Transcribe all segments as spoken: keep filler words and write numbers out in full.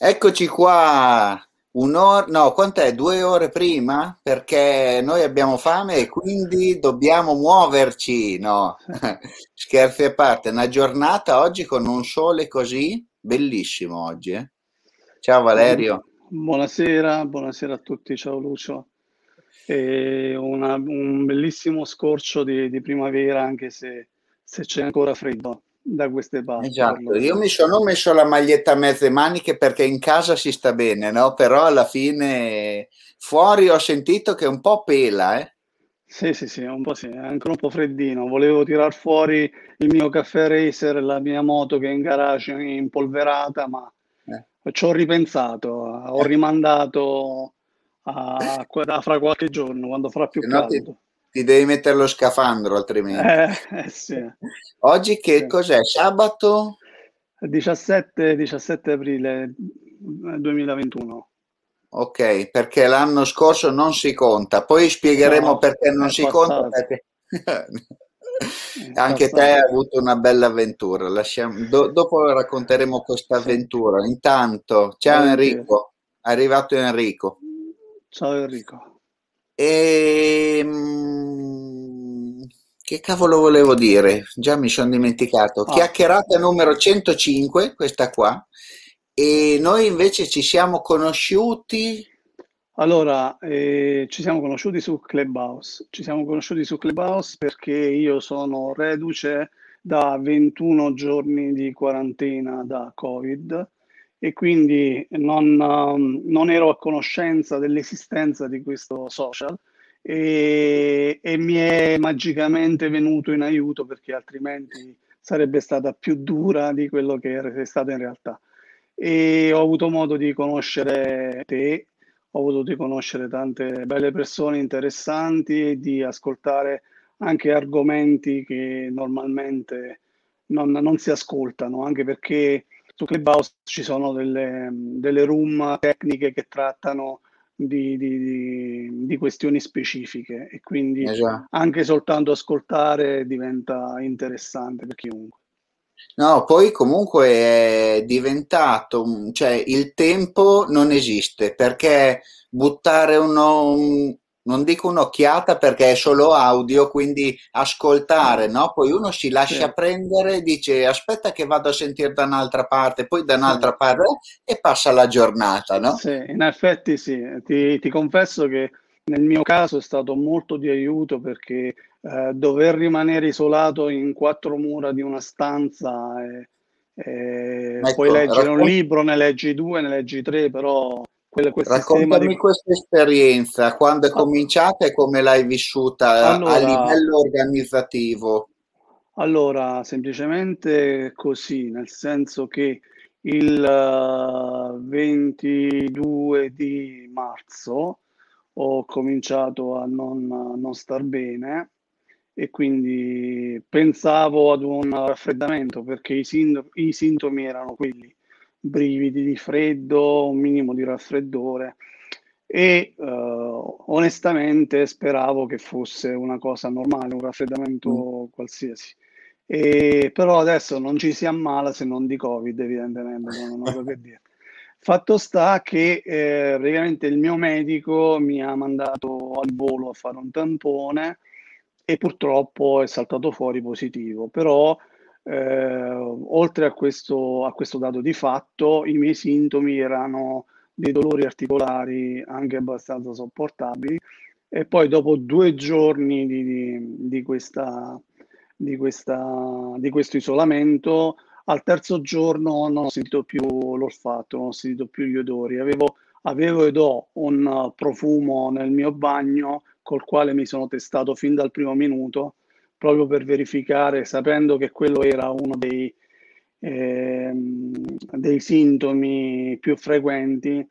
Eccoci qua, un'ora, no, quant'è? Due ore prima? Perché noi abbiamo fame e quindi dobbiamo muoverci, no? Sì. Scherzi a parte, una giornata oggi con un sole così, bellissimo oggi, eh? Ciao Bu- Valerio. Buonasera, buonasera a tutti, ciao Lucio. E una- un bellissimo scorcio di, di primavera, anche se, se c'è ancora freddo da queste parti, Esatto, io perlomeno. mi sono messo la maglietta a mezze maniche perché in casa si sta bene, no? Però alla fine fuori ho sentito che un po' pela, eh? Sì, sì, sì, un po' sì, è anche un po' freddino. Volevo tirar fuori il mio caffè racer, la mia moto che è in garage impolverata, ma Eh. ci ho ripensato, ho rimandato a, a fra qualche giorno, quando farà più Se no ti, caldo. ti devi mettere lo scafandro altrimenti. Eh, eh sì, Oggi che sì. cos'è? Sabato? diciassette, diciassette aprile duemilaventuno. Ok, perché l'anno scorso non si conta. Poi spiegheremo No, perché non è si conta, passato, perché è anche te hai passato. avuto una bella avventura. Lasciamo- do- dopo racconteremo questa Sì, avventura. Intanto, ciao volentieri. Enrico, è arrivato Enrico. Ciao Enrico. E che cavolo volevo dire? Già mi sono dimenticato. Ah, Chiacchierata numero centocinque, questa qua. E noi invece ci siamo conosciuti. allora, eh, ci siamo conosciuti su Clubhouse. Ci siamo conosciuti su Clubhouse perché io sono reduce da ventuno giorni di quarantena da Covid e quindi non, um, non ero a conoscenza dell'esistenza di questo social e, e mi è magicamente venuto in aiuto perché altrimenti sarebbe stata più dura di quello che è stata in realtà. E ho avuto modo di conoscere te, ho avuto di conoscere tante belle persone interessanti e di ascoltare anche argomenti che normalmente non, non si ascoltano, anche perché su Clubhouse ci sono delle, delle room tecniche che trattano di, di- di- di questioni specifiche e quindi Esatto. anche soltanto ascoltare diventa interessante per chiunque. No, poi comunque è diventato, un- cioè il tempo non esiste perché buttare uno, un- non dico un'occhiata perché è solo audio, quindi ascoltare, Eh, no? Poi uno si lascia sì, prendere, dice aspetta che vado a sentire da un'altra parte, poi da sì. un'altra parte e passa la giornata, no? Sì, in effetti sì, ti, ti confesso che nel mio caso è stato molto di aiuto perché eh, dover rimanere isolato in quattro mura di una stanza e, e puoi Ecco, leggere un raccon- libro, ne leggi due, ne leggi tre, però quel, quel sistema di... raccontami questa esperienza, quando è Ah, cominciata e come l'hai vissuta a allora, livello organizzativo. Allora, semplicemente così, nel senso che il eh, ventidue di marzo ho cominciato a non, a non star bene e quindi pensavo ad un raffreddamento perché i, sin- i sintomi erano quelli, brividi di freddo, un minimo di raffreddore e eh, onestamente speravo che fosse una cosa normale, un Mm. raffreddamento qualsiasi. E, però adesso non ci si ammala se non di Covid, evidentemente, non, non so che dire. Fatto sta che eh, praticamente il mio medico mi ha mandato al volo a fare un tampone e purtroppo è saltato fuori positivo. Però eh, oltre a questo, a questo dato di fatto, i miei sintomi erano dei dolori articolari anche abbastanza sopportabili e poi dopo due giorni di, di- di questa, di questa- di questo isolamento, al terzo giorno non ho sentito più l'olfatto, non ho sentito più gli odori. Avevo, avevo ed ho un uh, profumo nel mio bagno col quale mi sono testato fin dal primo minuto, proprio per verificare, sapendo che quello era uno dei, ehm, dei sintomi più frequenti.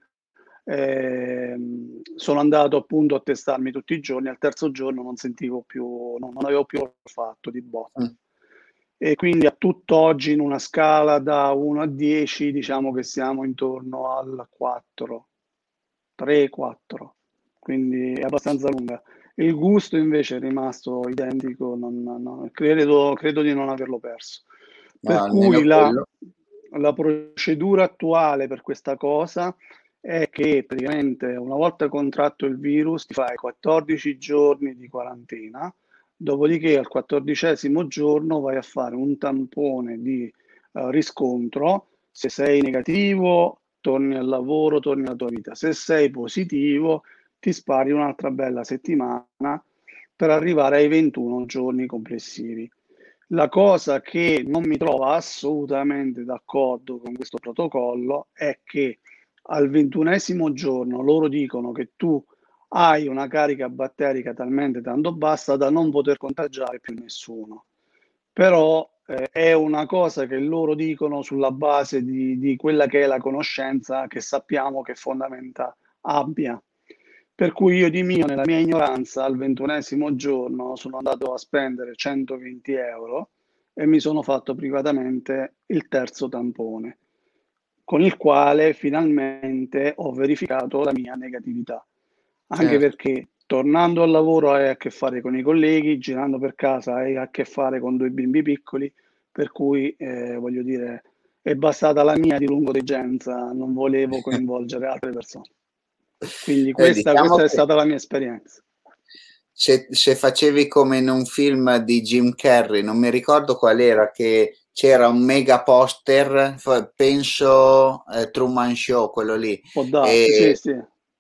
Ehm, sono andato appunto a testarmi tutti i giorni, al terzo giorno non sentivo più, no, non avevo più olfatto di botto. Mm. E quindi a tutt'oggi in una scala da uno a dieci diciamo che siamo intorno al quattro, tre quattro, quindi è abbastanza lunga. Il gusto invece è rimasto identico, non- non- credo, credo di non averlo perso. No, Per almeno cui la, quello. la procedura attuale per questa cosa è che praticamente una volta contratto il virus ti fai quattordici giorni di quarantena, dopodiché al quattordicesimo giorno vai a fare un tampone di uh, riscontro. Se sei negativo torni al lavoro, torni alla tua vita. Se sei positivo ti spari un'altra bella settimana per arrivare ai ventuno giorni complessivi. La cosa che non mi trova assolutamente d'accordo con questo protocollo è che al ventunesimo giorno loro dicono che tu hai una carica batterica talmente tanto bassa da non poter contagiare più nessuno. Però eh, è una cosa che loro dicono sulla base di, di quella che è la conoscenza che sappiamo che fondamenta abbia. Per cui io di mio, nella mia ignoranza, al ventunesimo giorno sono andato a spendere centoventi euro e mi sono fatto privatamente il terzo tampone, con il quale finalmente ho verificato la mia negatività. Anche certo. perché tornando al lavoro hai a che fare con i colleghi, girando per casa hai a che fare con due bimbi piccoli, per cui eh, voglio dire, è bastata la mia di lungodegenza, non volevo coinvolgere altre persone. Quindi Eh, questa, diciamo questa è che stata la mia esperienza. se, se facevi come in un film di Jim Carrey, non mi ricordo qual era, che c'era un mega poster, fa- penso eh, Truman Show, quello lì, Può darsi, sì, e, sì.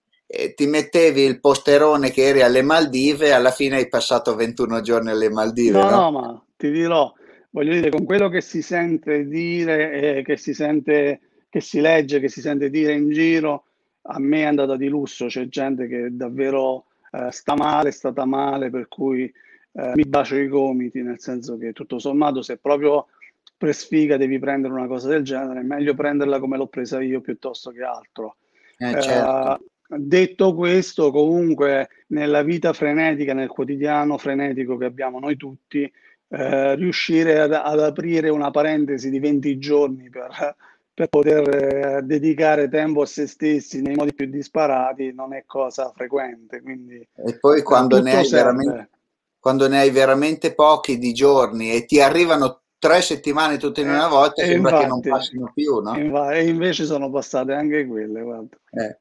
e ti mettevi il posterone che eri alle Maldive e alla fine hai passato ventuno giorni alle Maldive, No, no? no, ma ti dirò, voglio dire, con quello che si sente dire, eh, che si sente, che si legge, che si sente dire in giro, a me è andata di lusso, c'è gente che davvero eh, sta male, è stata male, per cui eh, mi bacio i gomiti, nel senso che tutto sommato se proprio per sfiga devi prendere una cosa del genere, è meglio prenderla come l'ho presa io piuttosto che altro. Eh, certo. Eh, detto questo, comunque nella vita frenetica, nel quotidiano frenetico che abbiamo noi tutti, eh, riuscire ad, ad aprire una parentesi di venti giorni per, per poter eh, dedicare tempo a se stessi nei modi più disparati non è cosa frequente, quindi E poi eh, quando ne tutto hai veramente, serve. quando ne hai veramente pochi di giorni e ti arrivano tre settimane tutte in una E, volta, e sembra che non infatti, passino più, no? inva- e invece sono passate anche quelle, guarda. Eh,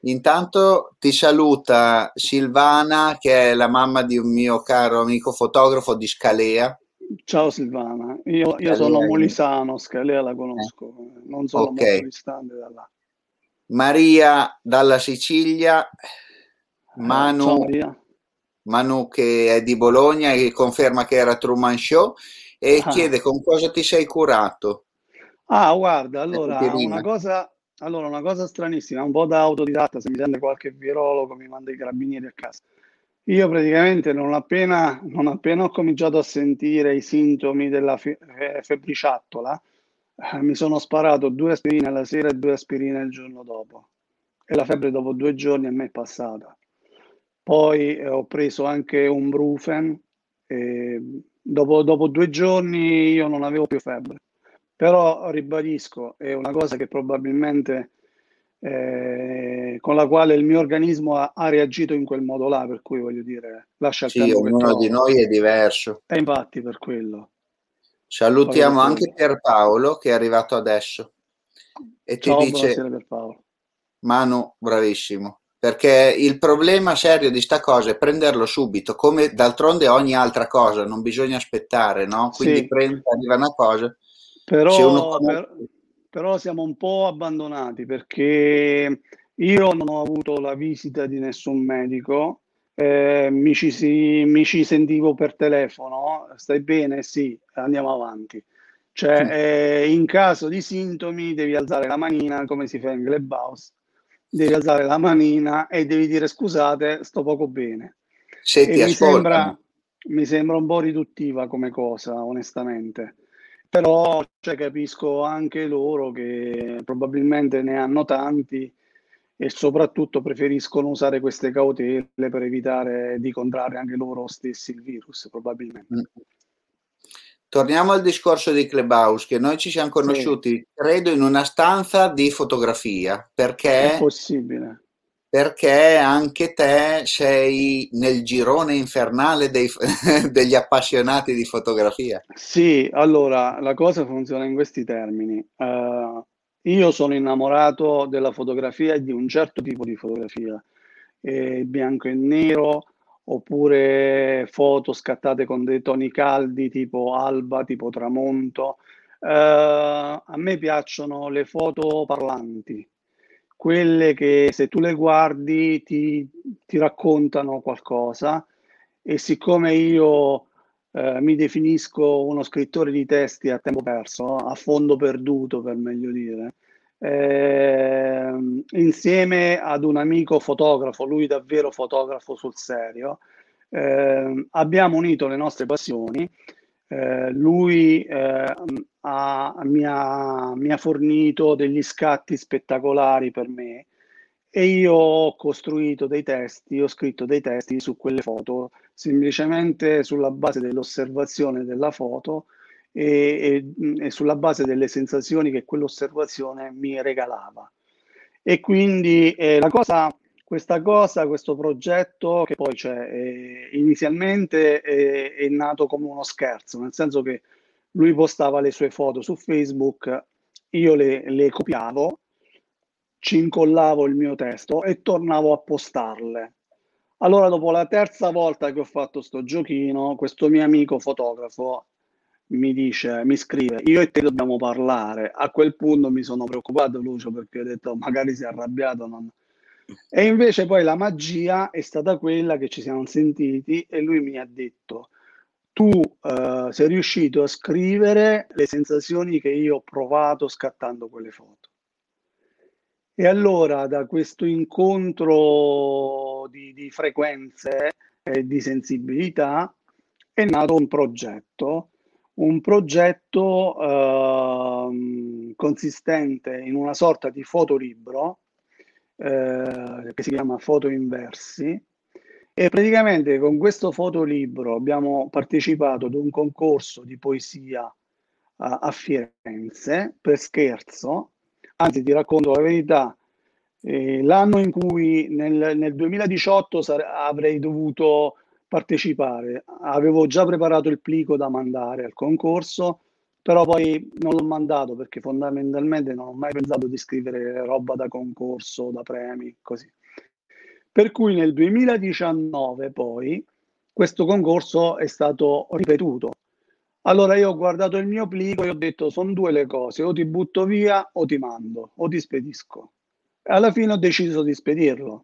Intanto ti saluta Silvana, che è la mamma di un mio caro amico fotografo di Scalea. Ciao Silvana, io, io sono Scalea in- molisano, Scalea la eh, conosco, non sono ok. molto distante da là. Maria dalla Sicilia, Eh, ciao Manu, Maria. Manu che è di Bologna e conferma che era Truman Show e Ah, chiede con cosa ti sei curato. ah, guarda, Ecco, ti allora una rima. cosa, allora una cosa stranissima, un po' da autodidatta, se mi sente qualche virologo mi manda i carabinieri a casa. Io praticamente non appena, non appena ho cominciato a sentire i sintomi della fe- eh, febbriciattola, eh, mi sono sparato due aspirine alla sera e due aspirine il giorno dopo. E la febbre dopo due giorni a me è passata. Poi eh, ho preso anche un Brufen e dopo, dopo due giorni io non avevo più febbre. Però ribadisco, è una cosa che probabilmente eh, con la quale il mio organismo ha, ha reagito in quel modo là, per cui voglio dire, lascia il Sì, tempo che ognuno di trova. noi è diverso. E infatti per quello, proprio per Salutiamo anche quello. Pierpaolo che è arrivato adesso e ti Ciao, dice buonasera per Paolo. Manu, bravissimo. Perché il problema serio di sta cosa è prenderlo subito, come d'altronde ogni altra cosa, non bisogna aspettare, no? Quindi Sì, prendi, arriva una cosa, se uno però, conosce, per- però siamo un po' abbandonati perché io non ho avuto la visita di nessun medico, eh, mi ci, si- mi ci sentivo per telefono, stai bene? Sì, andiamo avanti. Cioè, eh, in caso di sintomi devi alzare la manina, come si fa in Clubhouse, devi alzare la manina e devi dire scusate, sto poco bene. se E ti mi sembra, ascoltano. mi sembra un po' riduttiva come cosa, onestamente. Però cioè, capisco anche loro che probabilmente ne hanno tanti e soprattutto preferiscono usare queste cautele per evitare di contrarre anche loro stessi il virus, probabilmente. Mm. Torniamo al discorso di Clubhouse, che noi ci siamo Sì, conosciuti, credo, in una stanza di fotografia, è perché possibile. perché anche te sei nel girone infernale dei, degli appassionati di fotografia. Sì, allora la cosa funziona in questi termini. Eh, io sono innamorato della fotografia e di un certo tipo di fotografia, eh, bianco e nero, oppure foto scattate con dei toni caldi tipo alba, tipo tramonto. Eh, a me piacciono le foto parlanti, quelle che se tu le guardi ti, ti raccontano qualcosa e siccome io eh, mi definisco uno scrittore di testi a tempo perso, a fondo perduto per meglio dire, ehm, insieme ad un amico fotografo, lui davvero fotografo sul serio, ehm, abbiamo unito le nostre passioni. Eh, lui eh, ha- mi ha, mi ha fornito degli scatti spettacolari per me e io ho costruito dei testi, ho scritto dei testi su quelle foto, semplicemente sulla base dell'osservazione della foto e, e- e sulla base delle sensazioni che quell'osservazione mi regalava. E quindi eh, la cosa, questa cosa, questo progetto che poi c'è, eh, inizialmente è, è nato come uno scherzo, nel senso che lui postava le sue foto su Facebook, io le, le copiavo, ci incollavo il mio testo e tornavo a postarle. Allora, dopo la terza volta che ho fatto sto giochino, questo mio amico fotografo mi dice, mi scrive, io e te dobbiamo parlare. A quel punto mi sono preoccupato, Lucio, perché ho detto, magari si è arrabbiato. non- E invece poi la magia è stata quella che ci siamo sentiti e lui mi ha detto, tu eh, sei riuscito a scrivere le sensazioni che io ho provato scattando quelle foto. E allora da questo incontro di, di frequenze e di sensibilità è nato un progetto, un progetto ehm, consistente in una sorta di fotolibro eh, che si chiama Foto Inversi e praticamente con questo fotolibro abbiamo partecipato ad un concorso di poesia a, a Firenze per scherzo. Anzi, ti racconto la verità, eh, l'anno in cui nel, nel duemiladiciotto sare- avrei dovuto partecipare, avevo già preparato il plico da mandare al concorso, però poi non l'ho mandato perché fondamentalmente non ho mai pensato di scrivere roba da concorso, da premi, così. Per cui nel duemiladiciannove poi questo concorso è stato ripetuto. Allora io ho guardato il mio plico e ho detto sono due le cose, o ti butto via o ti mando, o ti spedisco. E alla fine ho deciso di spedirlo.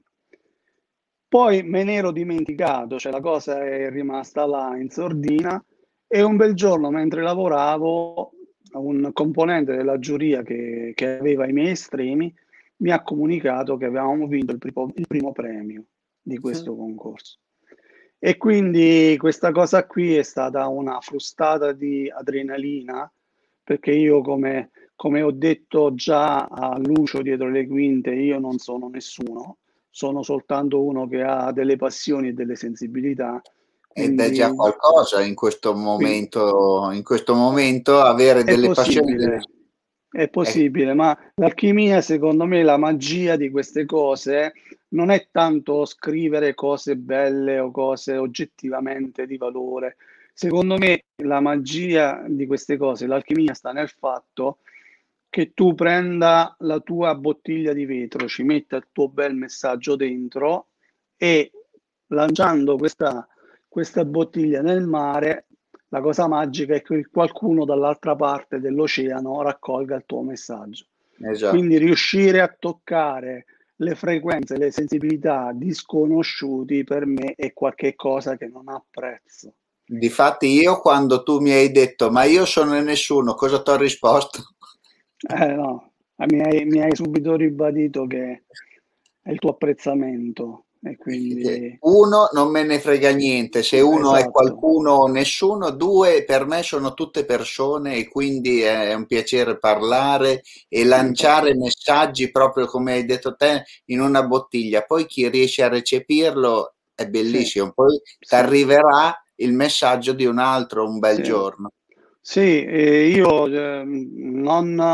Poi me ne ero dimenticato, cioè la cosa è rimasta là in sordina e un bel giorno mentre lavoravo un componente della giuria che, che aveva i miei estremi mi ha comunicato che avevamo vinto il primo, il primo premio di questo concorso. E quindi questa cosa qui è stata una frustata di adrenalina, perché io, come, come ho detto già a Lucio dietro le quinte, io non sono nessuno, sono soltanto uno che ha delle passioni e delle sensibilità. Ed è già Quindi, qualcosa in questo quindi momento, in questo momento avere è delle passioni. Delle... possibile, è è- possibile, ma l'alchimia, secondo me, la magia di queste cose non è tanto scrivere cose belle o cose oggettivamente di valore. Secondo me, la magia di queste cose, l'alchimia sta nel fatto che tu prenda la tua bottiglia di vetro, ci metta il tuo bel messaggio dentro e lanciando questa, questa bottiglia nel mare, la cosa magica è che qualcuno dall'altra parte dell'oceano raccolga il tuo messaggio. Quindi Esatto. riuscire a toccare le frequenze, le sensibilità di sconosciuti per me è qualcosa che non ha prezzo. Difatti io quando tu mi hai detto ma io sono nessuno, cosa ti ho risposto? Eh, no, mi hai, mi hai subito ribadito che è il tuo apprezzamento e Che quindi uno non me ne frega niente, se uno è esatto, qualcuno o nessuno, due per me sono tutte persone e quindi è un piacere parlare e lanciare infatti, messaggi proprio come hai detto te in una bottiglia. Poi chi riesce a recepirlo è sì, bellissimo, poi ti sì. arriverà il messaggio di un altro un bel Sì, giorno. sì, eh, io eh, non,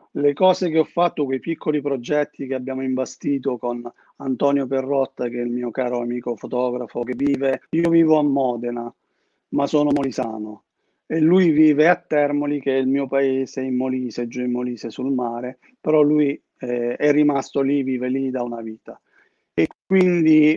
le cose che ho fatto, quei piccoli progetti che abbiamo imbastito con Antonio Perrotta, che è il mio caro amico fotografo che vive, io vivo a Modena, ma sono molisano, e lui vive a Termoli, che è il mio paese, in Molise, giù in Molise sul mare, però lui eh, è rimasto lì, vive lì da una vita. E quindi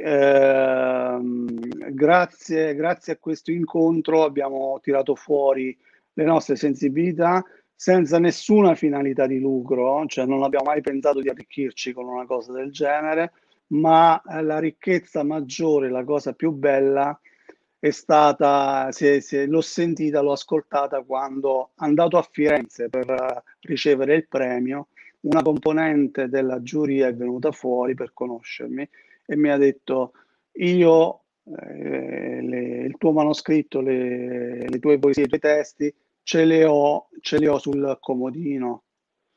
ehm, grazie, grazie a questo incontro abbiamo tirato fuori le nostre sensibilità senza nessuna finalità di lucro, cioè non abbiamo mai pensato di arricchirci con una cosa del genere, ma eh, la ricchezza maggiore, la cosa più bella è stata, se, se, l'ho sentita, l'ho ascoltata quando andato a Firenze per uh, ricevere il premio, una componente della giuria è venuta fuori per conoscermi e mi ha detto: io eh, le, il tuo manoscritto, le, le tue poesie, i tuoi testi ce le ho, ce li ho sul comodino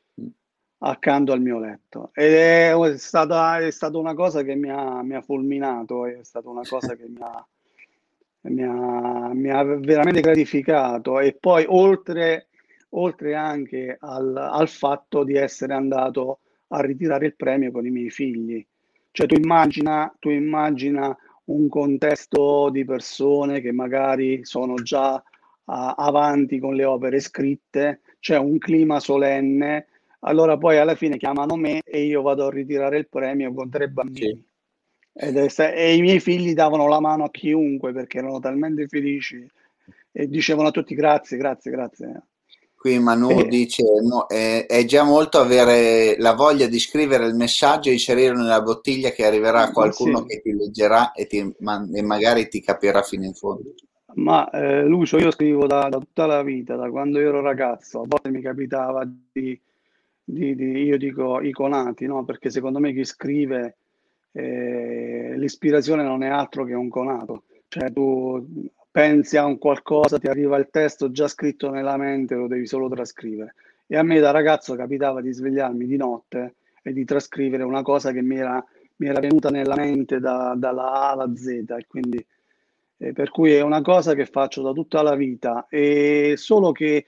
accanto al mio letto, ed è stata, è stata una cosa che mi ha, mi ha fulminato, è stata una cosa che mi ha, mi ha, mi ha veramente gratificato. E poi oltre, oltre anche al, al fatto di essere andato a ritirare il premio con i miei figli, cioè tu immagina, tu immagina un contesto di persone che magari sono già a, avanti con le opere scritte, c'è un clima solenne, allora poi alla fine chiamano me e io vado a ritirare il premio con tre Sì. bambini. Ed è, e i miei figli davano la mano a chiunque perché erano talmente felici e dicevano a tutti grazie, grazie, grazie. Qui Manu E, dice: "Mo- è, è già molto avere la voglia di scrivere il messaggio e inserirlo nella bottiglia che arriverà a ma qualcuno sì, che ti leggerà e, ti, ma- e magari ti capirà fino in fondo." ma eh, Lucio, io scrivo da, da tutta la vita, da quando ero ragazzo, a volte mi capitava di, di- di- io dico iconati, no? Perché secondo me chi scrive, eh, l'ispirazione non è altro che un conato, cioè tu pensi a un qualcosa, ti arriva il testo già scritto nella mente, lo devi solo trascrivere. E a me da ragazzo capitava di svegliarmi di notte e di trascrivere una cosa che mi era, mi era venuta nella mente da- dalla A alla Z, e quindi eh, per cui è una cosa che faccio da tutta la vita, e solo che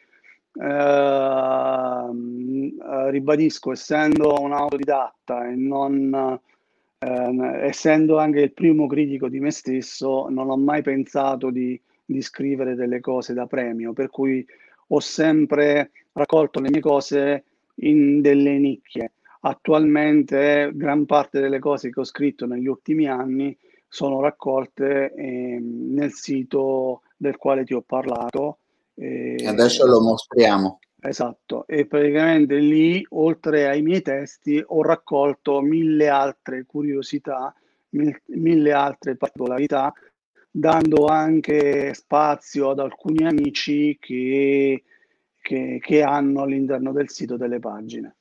ehm, eh, ribadisco, essendo un autodidatta e non ehm, essendo anche il primo critico di me stesso, non ho mai pensato di, di scrivere delle cose da premio, per cui ho sempre raccolto le mie cose in delle nicchie. Attualmente gran parte delle cose che ho scritto negli ultimi anni sono raccolte ehm, nel sito del quale ti ho parlato. Adesso eh, lo mostriamo. esatto, e praticamente lì, oltre ai miei testi, ho raccolto mille altre curiosità, mil- mille altre particolarità, dando anche spazio ad alcuni amici che, che che hanno all'interno del sito delle pagine.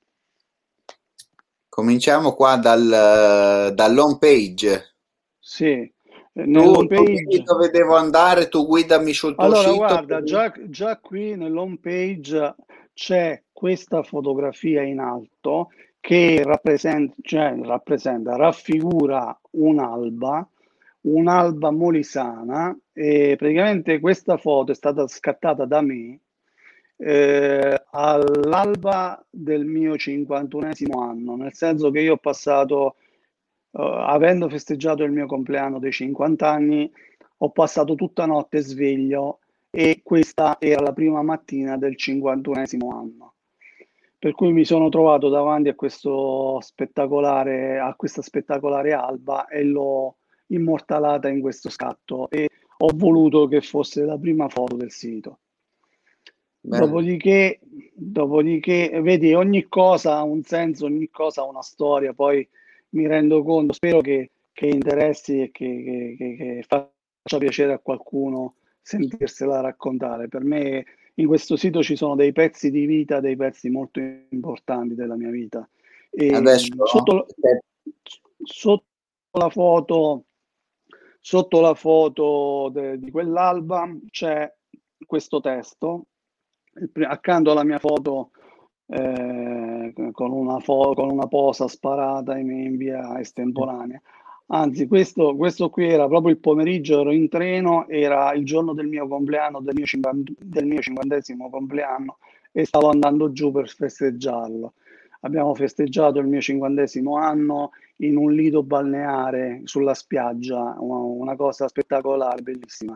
Cominciamo qua dal, dall'home page. Sì, eh, Tu, nell'home tu dimmi page. dove devo andare, tu guidami sul tuo Allora, sito. guarda, già, già qui nell'home page c'è questa fotografia in alto che rappresenta, cioè, rappresenta, raffigura un'alba, un'alba molisana, e praticamente questa foto è stata scattata da me eh, all'alba del mio cinquantunesimo anno, nel senso che io ho passato, eh, avendo festeggiato il mio compleanno dei cinquanta anni, ho passato tutta notte sveglio, e questa era la prima mattina del cinquantunesimo anno. Per cui mi sono trovato davanti a questo spettacolare, a questa spettacolare alba e l'ho immortalata in questo scatto, e ho voluto che fosse la prima foto del sito. Bello. Dopodiché, dopodiché, vedi, ogni cosa ha un senso, ogni cosa ha una storia, poi mi rendo conto, spero che, che interessi e che, che- che- che faccia piacere a qualcuno sentirsela raccontare. Per me in questo sito ci sono dei pezzi di vita, dei pezzi molto importanti della mia vita. E Adesso mh, sotto, eh, sotto la foto, sotto la foto de- di quell'alba c'è questo testo, il pri- accanto alla mia foto, eh, con una, fo- con una posa sparata in, in via estemporanea. Anzi, questo, questo qui era proprio il pomeriggio, ero in treno, era il giorno del mio compleanno, del mio, cinquanta del mio cinquantesimo compleanno, e stavo andando giù per festeggiarlo. Abbiamo festeggiato il mio cinquantesimo anno in un lido balneare sulla spiaggia, una, una cosa spettacolare, bellissima.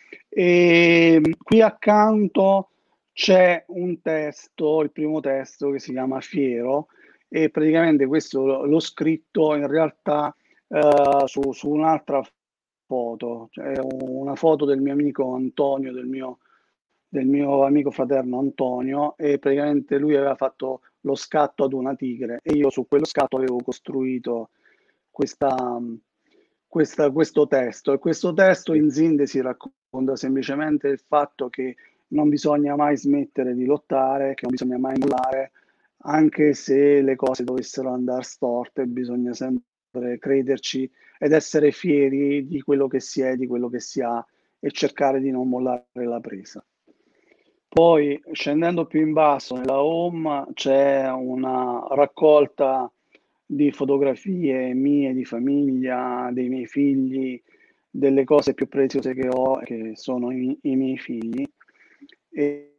E qui accanto c'è un testo, il primo testo che si chiama Fiero, e praticamente questo l'ho scritto in realtà eh, su, su un'altra foto, cioè una foto del mio amico Antonio, del mio, del mio amico fraterno Antonio, e praticamente lui aveva fatto lo scatto ad una tigre e io su quello scatto avevo costruito questa, questa- questo testo, e questo testo in sintesi racconta semplicemente il fatto che non bisogna mai smettere di lottare, che non bisogna mai mollare, anche se le cose dovessero andare storte, bisogna sempre crederci ed essere fieri di quello che si è, di quello che si ha, e cercare di non mollare la presa. Poi, scendendo più in basso nella home, c'è una raccolta di fotografie mie, di famiglia, dei miei figli, delle cose più preziose che ho, che sono i, i miei figli. E,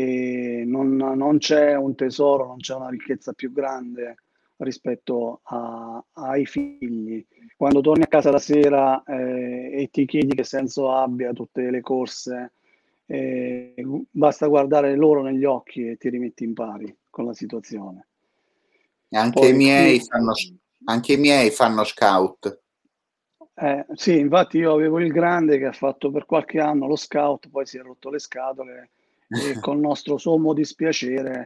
e non, non c'è un tesoro, non c'è una ricchezza più grande rispetto a- ai figli. Quando torni a casa la sera eh, e ti chiedi che senso abbia tutte le corse, eh, basta guardare loro negli occhi e ti rimetti in pari con la situazione. Anche i Poi qui, miei fanno, anche i miei fanno scout. eh, sì, infatti io avevo il grande che ha fatto per qualche anno lo scout, poi si è rotto le scatole e col nostro sommo dispiacere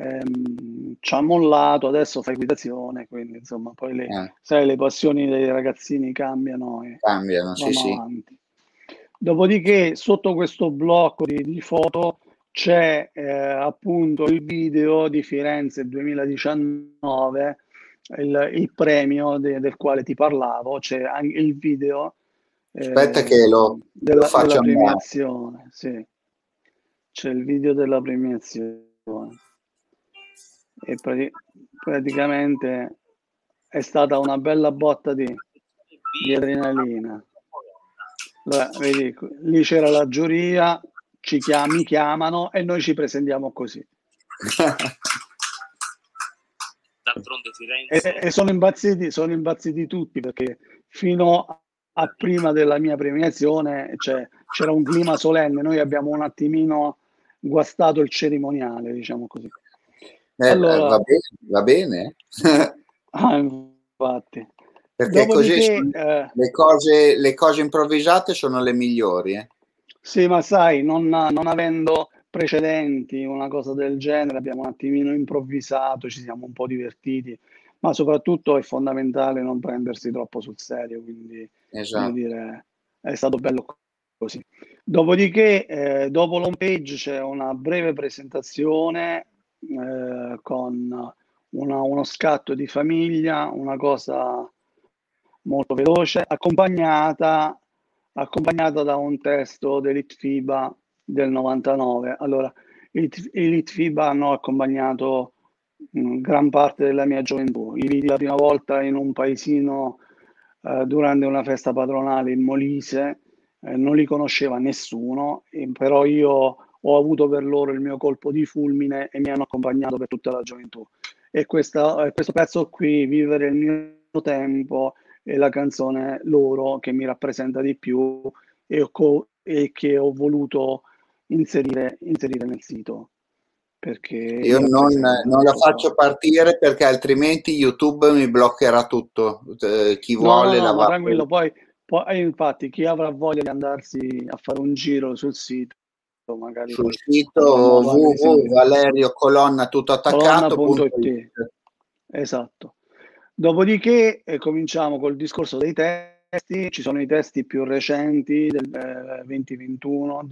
ehm, ci ha mollato, adesso fa equitazione, quindi insomma poi le, Eh, sai, le passioni dei ragazzini cambiano e cambiano, sì, vanno sì. avanti. Dopodiché, sotto questo blocco di, di foto c'è eh, appunto il video di Firenze duemiladiciannove, il, il premio de- del quale ti parlavo, c'è anche il video Aspetta eh, che lo, lo della, della faccio andare. premiazione, sì, c'è il video della premiazione e prati- praticamente è stata una bella botta di, di adrenalina. Allora, vedi, lì c'era la giuria, ci chiami, mi chiamano e noi ci presentiamo così. D'altronde E, Firenze e sono impazziti, sono impazziti tutti perché fino a, a prima della mia premiazione cioè, c'era un clima solenne, noi abbiamo un attimino guastato il cerimoniale, diciamo così. Eh, va Allora, bene, va bene. ah, infatti. Perché così Dopodiché, sono- eh, le cose, le cose improvvisate sono le migliori. Eh. sì, ma sai, non, non avendo precedenti, una cosa del genere, abbiamo un attimino improvvisato, ci siamo un po' divertiti, ma soprattutto è fondamentale non prendersi troppo sul serio, quindi, come Esatto. dire, è stato bello così. Dopodiché, eh, dopo l'home page c'è una breve presentazione eh, con una- uno scatto di famiglia, una cosa molto veloce, accompagnata, accompagnata da un testo dell'ITFIBA del novantanove. Allora, i l'ITFIBA hanno accompagnato mh, gran parte della mia gioventù. Li vidi la prima volta in un paesino eh, durante una festa patronale in Molise, eh, non li conosceva nessuno, e, però io ho avuto per loro il mio colpo di fulmine e mi hanno accompagnato per tutta la gioventù. E questa, eh, questo pezzo qui, Vivere il mio tempo, è la canzone loro che mi rappresenta di più e, ho co- e che ho voluto inserire, inserire nel sito perché Io mi non, rappresenta non la molto faccio forte. partire perché altrimenti YouTube mi bloccherà tutto. Eh, chi No, no, vuole la no, ma va. tranquillo, poi, poi eh, infatti chi avrà voglia di andarsi a fare un giro sul sito, magari Sul poi sito avrà modo anche di sentire. www.valerio colonna tutto attaccato punto it. colonna punto it. Esatto. Dopodiché eh, cominciamo col discorso dei testi, ci sono i testi più recenti del eh, duemilaventuno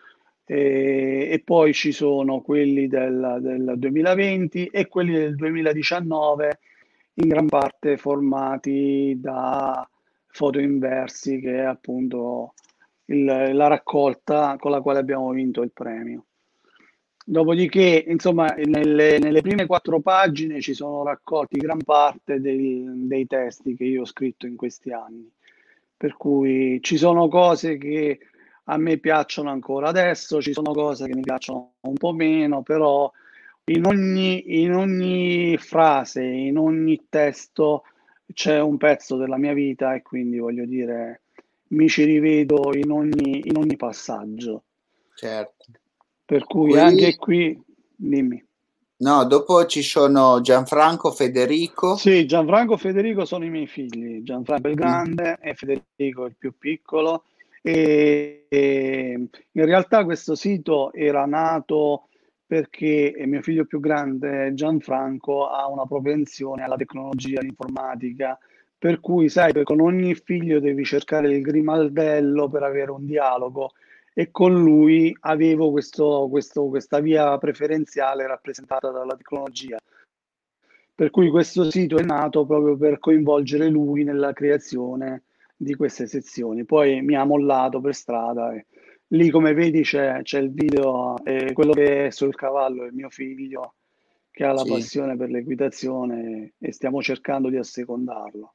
e, e poi ci sono quelli del, del duemilaventi e quelli del duemiladiciannove, in gran parte formati da foto inversi, che è appunto il- la raccolta con la quale abbiamo vinto il premio. Dopodiché, insomma, nelle, nelle prime quattro pagine ci sono raccolti gran parte dei, dei testi che io ho scritto in questi anni. Per cui ci sono cose che a me piacciono ancora adesso, ci sono cose che mi piacciono un po' meno, però in ogni, in ogni frase, in ogni testo c'è un pezzo della mia vita e quindi voglio dire, mi ci rivedo in ogni, in ogni passaggio. Certo. Per cui Qui, anche qui, dimmi. no, dopo ci sono Gianfranco, Federico. Sì, Gianfranco e Federico sono i miei figli, Gianfranco è il grande e Federico è il più piccolo. E, e in realtà questo sito era nato perché mio figlio più grande, Gianfranco, ha una propensione alla tecnologia, all'informatica, per cui, sai, con ogni figlio devi cercare il grimaldello per avere un dialogo e con lui avevo questo, questo, questa via preferenziale rappresentata dalla tecnologia. Per cui questo sito è nato proprio per coinvolgere lui nella creazione di queste sezioni. Poi mi ha mollato per strada e lì, come vedi, c'è, c'è il video, e quello che è sul cavallo è mio figlio che ha la Sì. passione per l'equitazione e stiamo cercando di assecondarlo.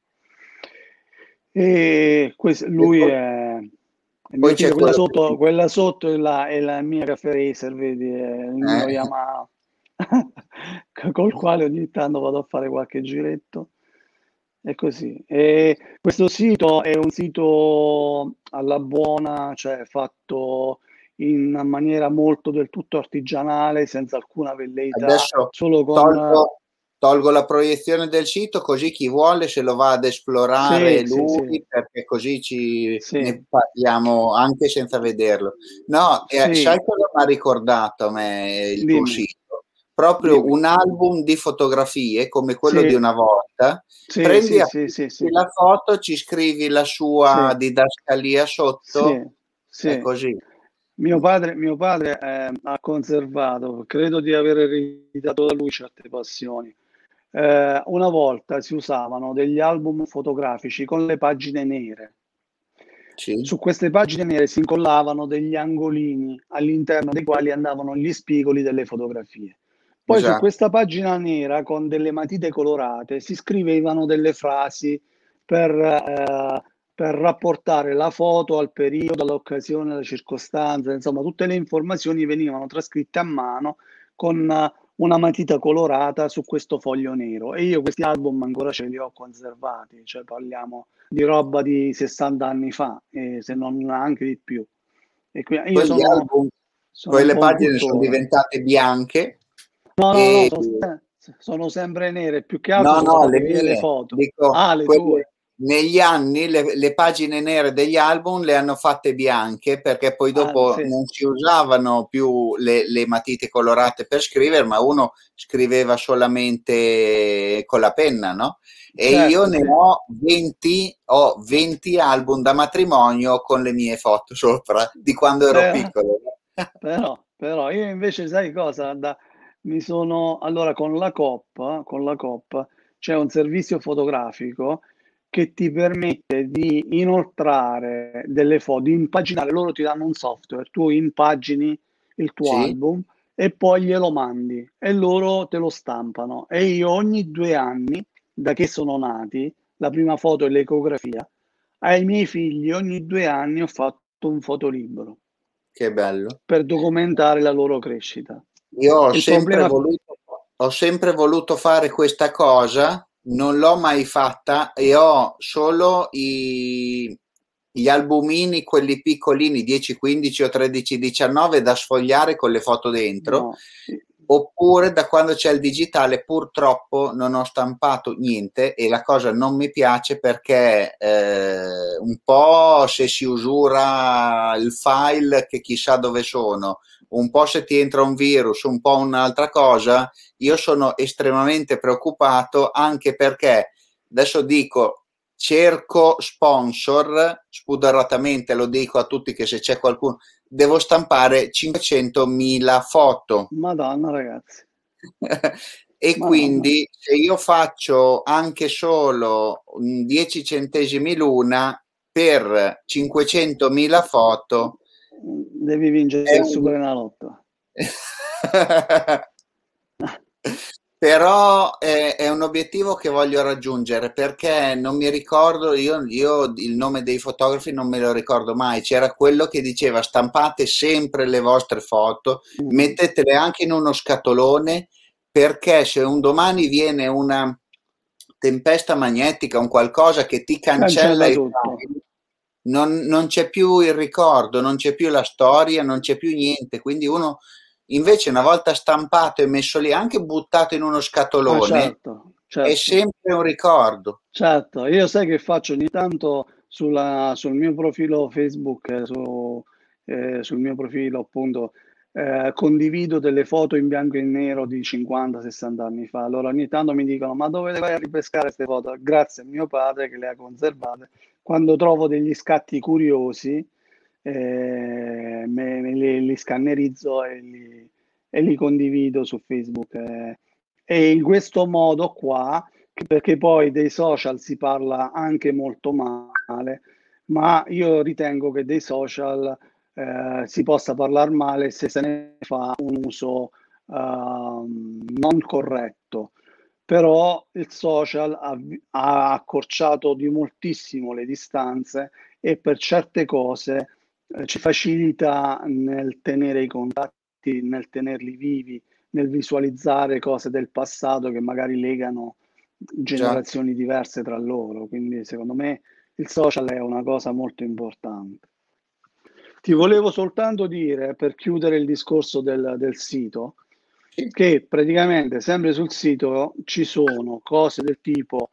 E questo, lui poi, è, è poi mio c'è figlio, quella quello sotto, che... quella sotto è, la, è la mia Cafe Racer, vedi, è il mio eh, Yamaha col quale ogni tanto vado a fare qualche giretto. È così. E questo sito è un sito alla buona, cioè fatto in maniera molto del tutto artigianale, senza alcuna velleità, Adesso solo con... tolgo, tolgo la proiezione del sito così chi vuole se lo va ad esplorare Sì, sì, sì, lui, perché così ci sì, ne parliamo anche senza vederlo. No, eh, sai sì, cosa mi ha ricordato a me il tuo dimmi, sito? Proprio dimmi. un album di fotografie come quello di Sì, una volta. sì, Prendi, sì, sì, sì, appunti sì, la foto, ci scrivi la sua sì, didascalia sì, sotto, è sì. così. Mio padre, mio padre eh, ha conservato, credo di aver ereditato da lui certe passioni. Eh, una volta si usavano degli album fotografici con le pagine nere. Sì, Su queste pagine nere si incollavano degli angolini all'interno dei quali andavano gli spigoli delle fotografie. Poi su esatto. questa pagina nera con delle matite colorate si scrivevano delle frasi per, eh, per rapportare la foto al periodo, all'occasione, alla circostanza, insomma tutte le informazioni venivano trascritte a mano con eh, una matita colorata su questo foglio nero e io questi album ancora ce li ho conservati, cioè parliamo di roba di sessanta anni fa, eh, se non anche di più. E qui, io Poi gli sono, album, sono poi un le po' un pagine sono cultore. diventate bianche No, no, no, e sono, se- sono sempre nere, più che no, altro sono no, state le via le mie, foto. dico, Ah, le tue. quelle, negli anni le, le pagine nere degli album le hanno fatte bianche perché poi Ah, dopo sì, non si usavano più le, le matite colorate per scrivere, ma uno scriveva solamente con la penna, no? E io certo, ne sì. ho venti, ho venti album da matrimonio con le mie foto sopra di quando ero Però, piccolo. però, però io invece sai cosa? Da- mi sono allora con la Coop, con la Coop c'è un servizio fotografico che ti permette di inoltrare delle foto, di impaginare, loro ti danno un software, tu impagini il tuo Sì? album e poi glielo mandi e loro te lo stampano. E io ogni due anni, da che sono nati, la prima foto è l'ecografia, ai miei figli ogni due anni ho fatto un fotolibro Che bello. per documentare la loro crescita. Io ho Il sempre problema, voluto, ho sempre voluto fare questa cosa, non l'ho mai fatta e ho solo i, gli albumini, quelli piccolini, dieci, quindici o tredici, diciannove da sfogliare con le foto dentro. no, Oppure da quando c'è il digitale purtroppo non ho stampato niente e la cosa non mi piace perché eh, un po' se si usura il file che chissà dove sono, un po' se ti entra un virus, un po' un'altra cosa, io sono estremamente preoccupato anche perché adesso dico cerco sponsor, spudoratamente lo dico a tutti che se c'è qualcuno, devo stampare cinquecentomila foto. Madonna ragazzi, E Madonna, quindi se io faccio anche solo dieci centesimi l'una per cinquecentomila foto devi vincere è il un... Superenalotto. Però è, è un obiettivo che voglio raggiungere perché non mi ricordo, io, io il nome dei fotografi non me lo ricordo mai. C'era quello che diceva stampate sempre le vostre foto, Mm. mettetele anche in uno scatolone perché se un domani viene una tempesta magnetica, un qualcosa che ti cancella Cancella i tutto. file, non, non c'è più il ricordo, non c'è più la storia, non c'è più niente. Quindi uno invece una volta stampato e messo lì, anche buttato in uno Ah, scatolone, certo, è certo. sempre un ricordo. Certo, io sai che faccio ogni tanto sulla- sul mio profilo Facebook, eh, su- eh, sul mio profilo appunto, eh, condivido delle foto in bianco e nero di cinquanta sessanta anni fa. Allora ogni tanto mi dicono: ma dove le vai a ripescare queste foto? Grazie a mio padre che le ha conservate. Quando trovo degli scatti curiosi, eh, me, me li, li scannerizzo e li, e li condivido su Facebook. eh. E in questo modo qua, perché poi dei social si parla anche molto male, ma io ritengo che dei social eh, si possa parlare male se se ne fa un uso ehm, non corretto. Però il social ha, ha accorciato di moltissimo le distanze e per certe cose eh, ci facilita nel tenere i contatti, nel tenerli vivi, nel visualizzare cose del passato che magari legano Già. generazioni diverse tra loro. Quindi secondo me il social è una cosa molto importante. Ti volevo soltanto dire, per chiudere il discorso del, del sito, Sì. che praticamente sempre sul sito ci sono cose del tipo,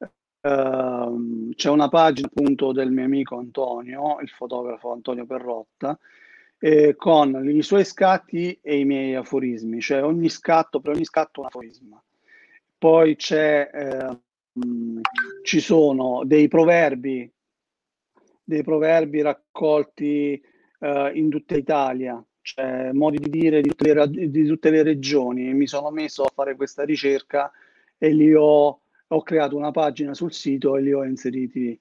ehm, c'è una pagina appunto del mio amico Antonio, il fotografo Antonio Perrotta, eh, con i suoi scatti e i miei aforismi, cioè ogni scatto, per ogni scatto un aforisma. Poi c'è, eh, mh, ci sono dei proverbi, dei proverbi raccolti eh, in tutta Italia, cioè modi di dire di tutte, le, ra- di tutte le regioni. E mi sono messo a fare questa ricerca e li ho, ho creato una pagina sul sito e li ho inseriti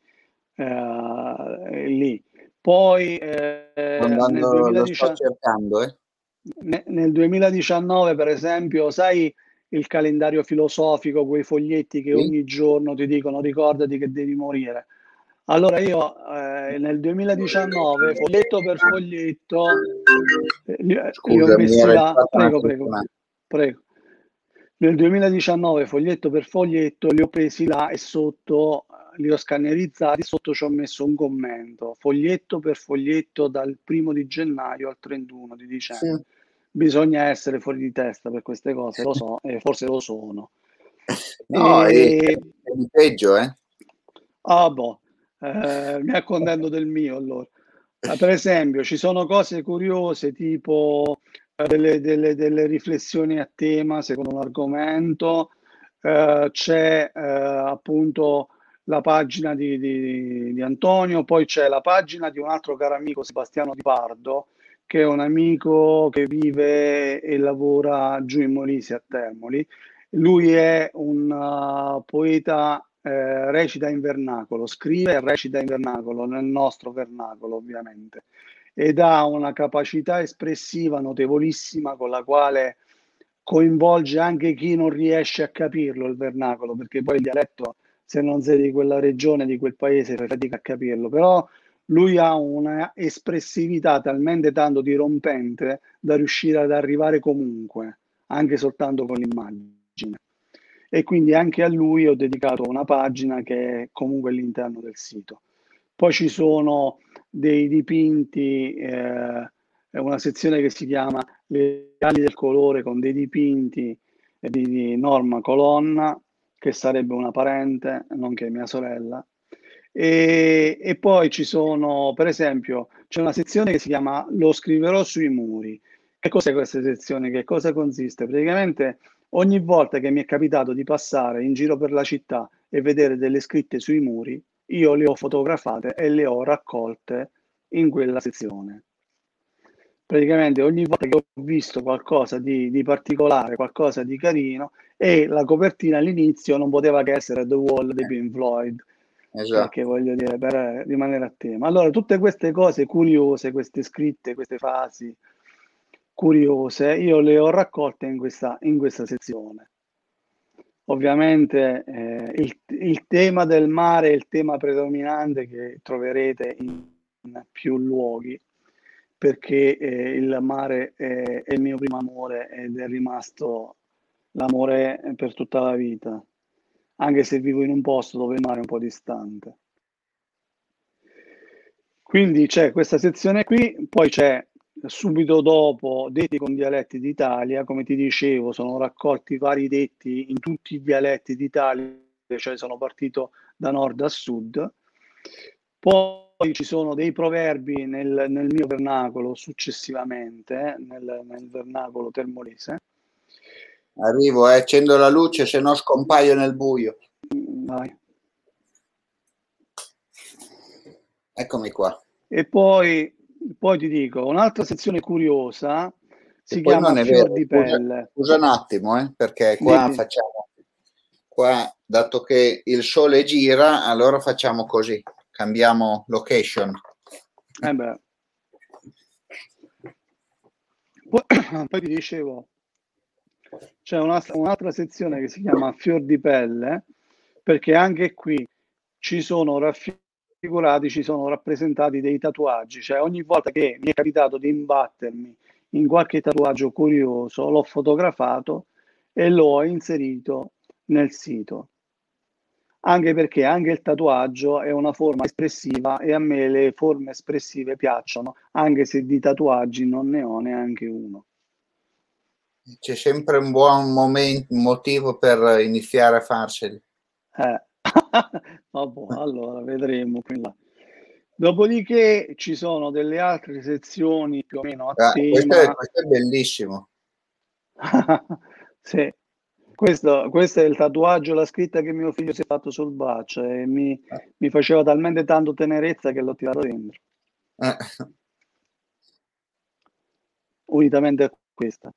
eh, lì. Poi eh, Sto nel andando, lo sto duemiladiciannove, cercando, eh. ne- nel duemiladiciannove, per esempio, sai il calendario filosofico, quei foglietti che Sì? ogni giorno ti dicono ricordati che devi morire. Allora io eh, nel duemiladiciannove, foglietto per foglietto, eh, li, li ho Scusami, messi era là, entrata una prego, prego, telefonata. prego. Nel duemiladiciannove, foglietto per foglietto, li ho presi là e sotto eh, li ho scannerizzati, sotto ci ho messo un commento, foglietto per foglietto dal primo di gennaio al trentuno di Sì. dicembre. Bisogna essere fuori di testa per queste cose, lo so, e forse lo sono. No, è, E è di peggio, eh. ah, boh, eh, mi accontento del mio allora. Eh, per esempio, ci sono cose curiose tipo eh, delle, delle- delle riflessioni a tema secondo un argomento, eh, c'è eh, appunto la pagina di, di- di Antonio, poi c'è la pagina di un altro caro amico, Sebastiano Di Pardo, che è un amico che vive e lavora giù in Molise a Termoli. Lui è un uh, poeta, eh, recita in vernacolo, scrive e recita in vernacolo, nel nostro vernacolo ovviamente, ed ha una capacità espressiva notevolissima con la quale coinvolge anche chi non riesce a capirlo il vernacolo, perché poi il dialetto, se non sei di quella regione, di quel paese, fai fatica a capirlo, però lui ha una espressività talmente tanto dirompente da riuscire ad arrivare comunque, anche soltanto con l'immagine. E quindi anche a lui ho dedicato una pagina che è comunque all'interno del sito. Poi ci sono dei dipinti, eh, è una sezione che si chiama Le ali del colore con dei dipinti di, di Norma Colonna, che sarebbe una parente, nonché mia sorella. E, e poi ci sono, per esempio, c'è una sezione che si chiama Lo scriverò sui muri. Che cos'è questa sezione? Che cosa consiste? Praticamente ogni volta che mi è capitato di passare in giro per la città e vedere delle scritte sui muri, io le ho fotografate e le ho raccolte in quella sezione. Praticamente ogni volta che ho visto qualcosa di, di particolare, qualcosa di carino, e la copertina all'inizio non poteva che essere The Wall dei Pink Floyd, perché Esatto. voglio dire, per rimanere a tema. Allora, tutte queste cose curiose, queste scritte, queste frasi curiose, io le ho raccolte in questa, in questa sezione. ovviamente eh, il, il tema del mare è il tema predominante che troverete in, in più luoghi, perché eh, il mare è, è il mio primo amore ed è rimasto l'amore per tutta la vita, anche se vivo in un posto dove il mare è un po' distante. Quindi c'è questa sezione qui, poi c'è subito dopo detti con dialetti d'Italia, come ti dicevo, sono raccolti vari detti in tutti i dialetti d'Italia, cioè sono partito da nord a sud. Poi ci sono dei proverbi nel, nel mio vernacolo successivamente, eh, nel, nel vernacolo termolese. Arrivo, eh, accendo la luce, se no scompaio nel buio. Vai. Eccomi qua. E poi, poi ti dico, un'altra sezione curiosa si E poi chiama non è Fior vero, di scusa, Pelle. scusa un attimo, eh, perché qua Dimmi. facciamo, qua, dato che il sole gira, allora facciamo così, cambiamo location. Eh beh. Poi, poi ti dicevo, c'è una, un'altra sezione che si chiama Fior di Pelle, perché anche qui ci sono raffigurati, ci sono rappresentati dei tatuaggi, cioè ogni volta che mi è capitato di imbattermi in qualche tatuaggio curioso, l'ho fotografato e l'ho inserito nel sito. Anche perché anche il tatuaggio è una forma espressiva e a me le forme espressive piacciono, anche se di tatuaggi non ne ho neanche uno. C'è sempre un buon momento, un motivo per iniziare a farseli. Eh. Vabbè, allora vedremo qui là. Dopodiché ci sono delle altre sezioni più o meno a Ah, questo, è, tema. questo è bellissimo. Sì. Questo, questo è il tatuaggio, la scritta che mio figlio si è fatto sul braccio e mi, mi faceva talmente tanto tenerezza che l'ho tirato dentro. Eh. Unitamente a questa.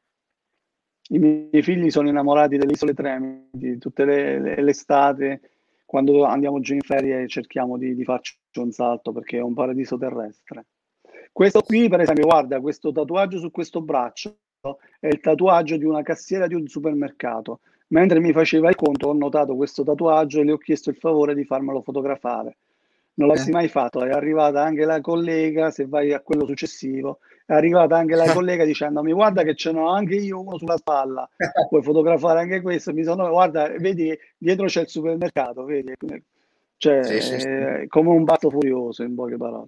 I miei figli sono innamorati delle Isole Tremiti, tutte le, le, l'estate, quando andiamo giù in ferie cerchiamo di, di farci un salto perché è un paradiso terrestre. Questo qui, per esempio, guarda, questo tatuaggio su questo braccio è il tatuaggio di una cassiera di un supermercato. Mentre mi faceva il conto ho notato questo tatuaggio e le ho chiesto il favore di farmelo fotografare. Non l'avessi mai fatto, è arrivata anche la collega, se vai a quello successivo, è arrivata anche la collega dicendomi guarda che ce n'ho anche io uno sulla spalla, puoi fotografare anche questo, mi sono, guarda, vedi, dietro c'è il supermercato, vedi, cioè, Sì, sì, sì. eh, come un batto furioso in poche parole.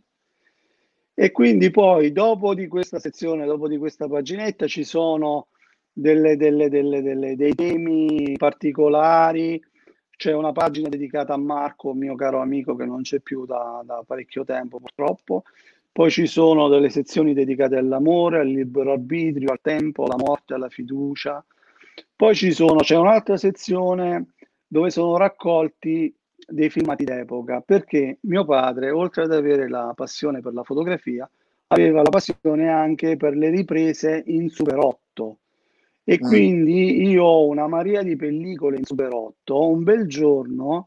E quindi poi dopo di questa sezione, dopo di questa paginetta ci sono delle, delle, delle, delle, dei temi particolari. C'è una pagina dedicata a Marco, mio caro amico, che non c'è più da, da parecchio tempo purtroppo. Poi ci sono delle sezioni dedicate all'amore, al libero arbitrio, al tempo, alla morte, alla fiducia. Poi ci sono, c'è un'altra sezione dove sono raccolti dei filmati d'epoca, perché mio padre, oltre ad avere la passione per la fotografia, aveva la passione anche per le riprese in Super otto. E Mm. quindi io ho una marea di pellicole in Super otto. Un bel giorno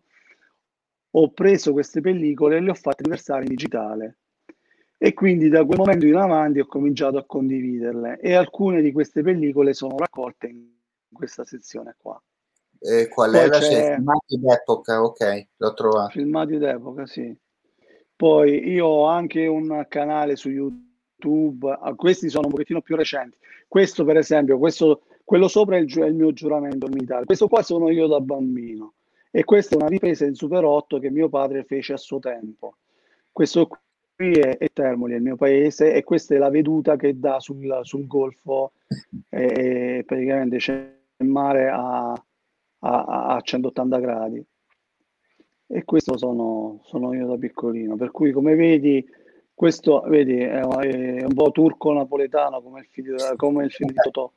ho preso queste pellicole e le ho fatte riversare in digitale. E quindi da quel momento in avanti ho cominciato a condividerle. E alcune di queste pellicole sono raccolte in questa sezione qua. E qual Poi è la c'è filmati d'epoca? Ok, l'ho trovato. filmati d'epoca, sì. Poi io ho anche un canale su YouTube, ah, questi sono un pochettino più recenti. Questo per esempio, questo, quello sopra è il, è il mio giuramento militare. Questo qua sono io da bambino. E questa è una ripresa in Super otto che mio padre fece a suo tempo. Questo qui è, è Termoli, è il mio paese, e questa è la veduta che dà sul, sul golfo, e praticamente c'è il mare a, a, a centottanta gradi. E questo sono, sono io da piccolino, per cui come vedi, questo vedi, è, è un po' turco-napoletano come il figlio, come il figlio di Totò.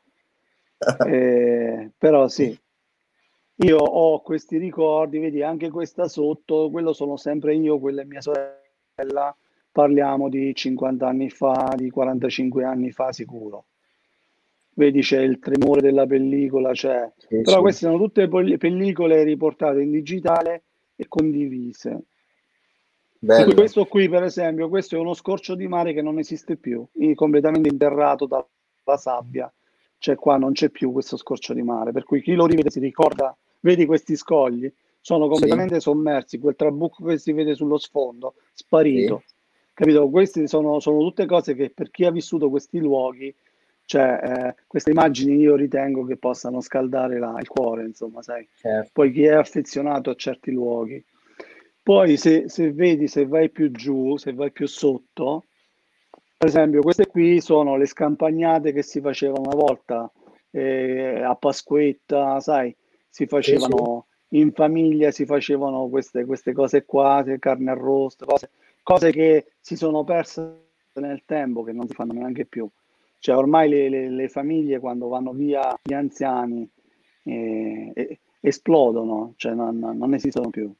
Eh, però sì, io ho questi ricordi, vedi anche questa sotto, quello sono sempre io, quella è mia sorella, parliamo di cinquanta anni fa, di quarantacinque anni fa sicuro. Vedi c'è il tremore della pellicola, c'è. Sì, Però sì. queste sono tutte pellicole riportate in digitale e condivise. Bello. Questo qui, per esempio, questo è uno scorcio di mare che non esiste più, è completamente interrato dalla sabbia. Cioè qua non c'è più questo scorcio di mare, per cui chi lo rivede si ricorda Vedi questi scogli? Sono Sì, completamente sommersi, quel trabucco che si vede sullo sfondo, sì. sparito. Capito? Queste sono, sono tutte cose che per chi ha vissuto questi luoghi, cioè eh, queste immagini io ritengo che possano scaldare la- il cuore, insomma, sai. Certo. Poi chi è affezionato a certi luoghi. Poi se, se vedi, se vai più giù, se vai più sotto, per esempio, queste qui sono le scampagnate che si facevano una volta eh, a Pasquetta, sai, si Sì, sì. facevano in famiglia, si facevano queste, queste cose qua, carne arrosto, cose, cose che si sono perse nel tempo, che non si fanno neanche più. Cioè, ormai le, le- le famiglie quando vanno via gli anziani eh, eh, esplodono, cioè non, non esistono più.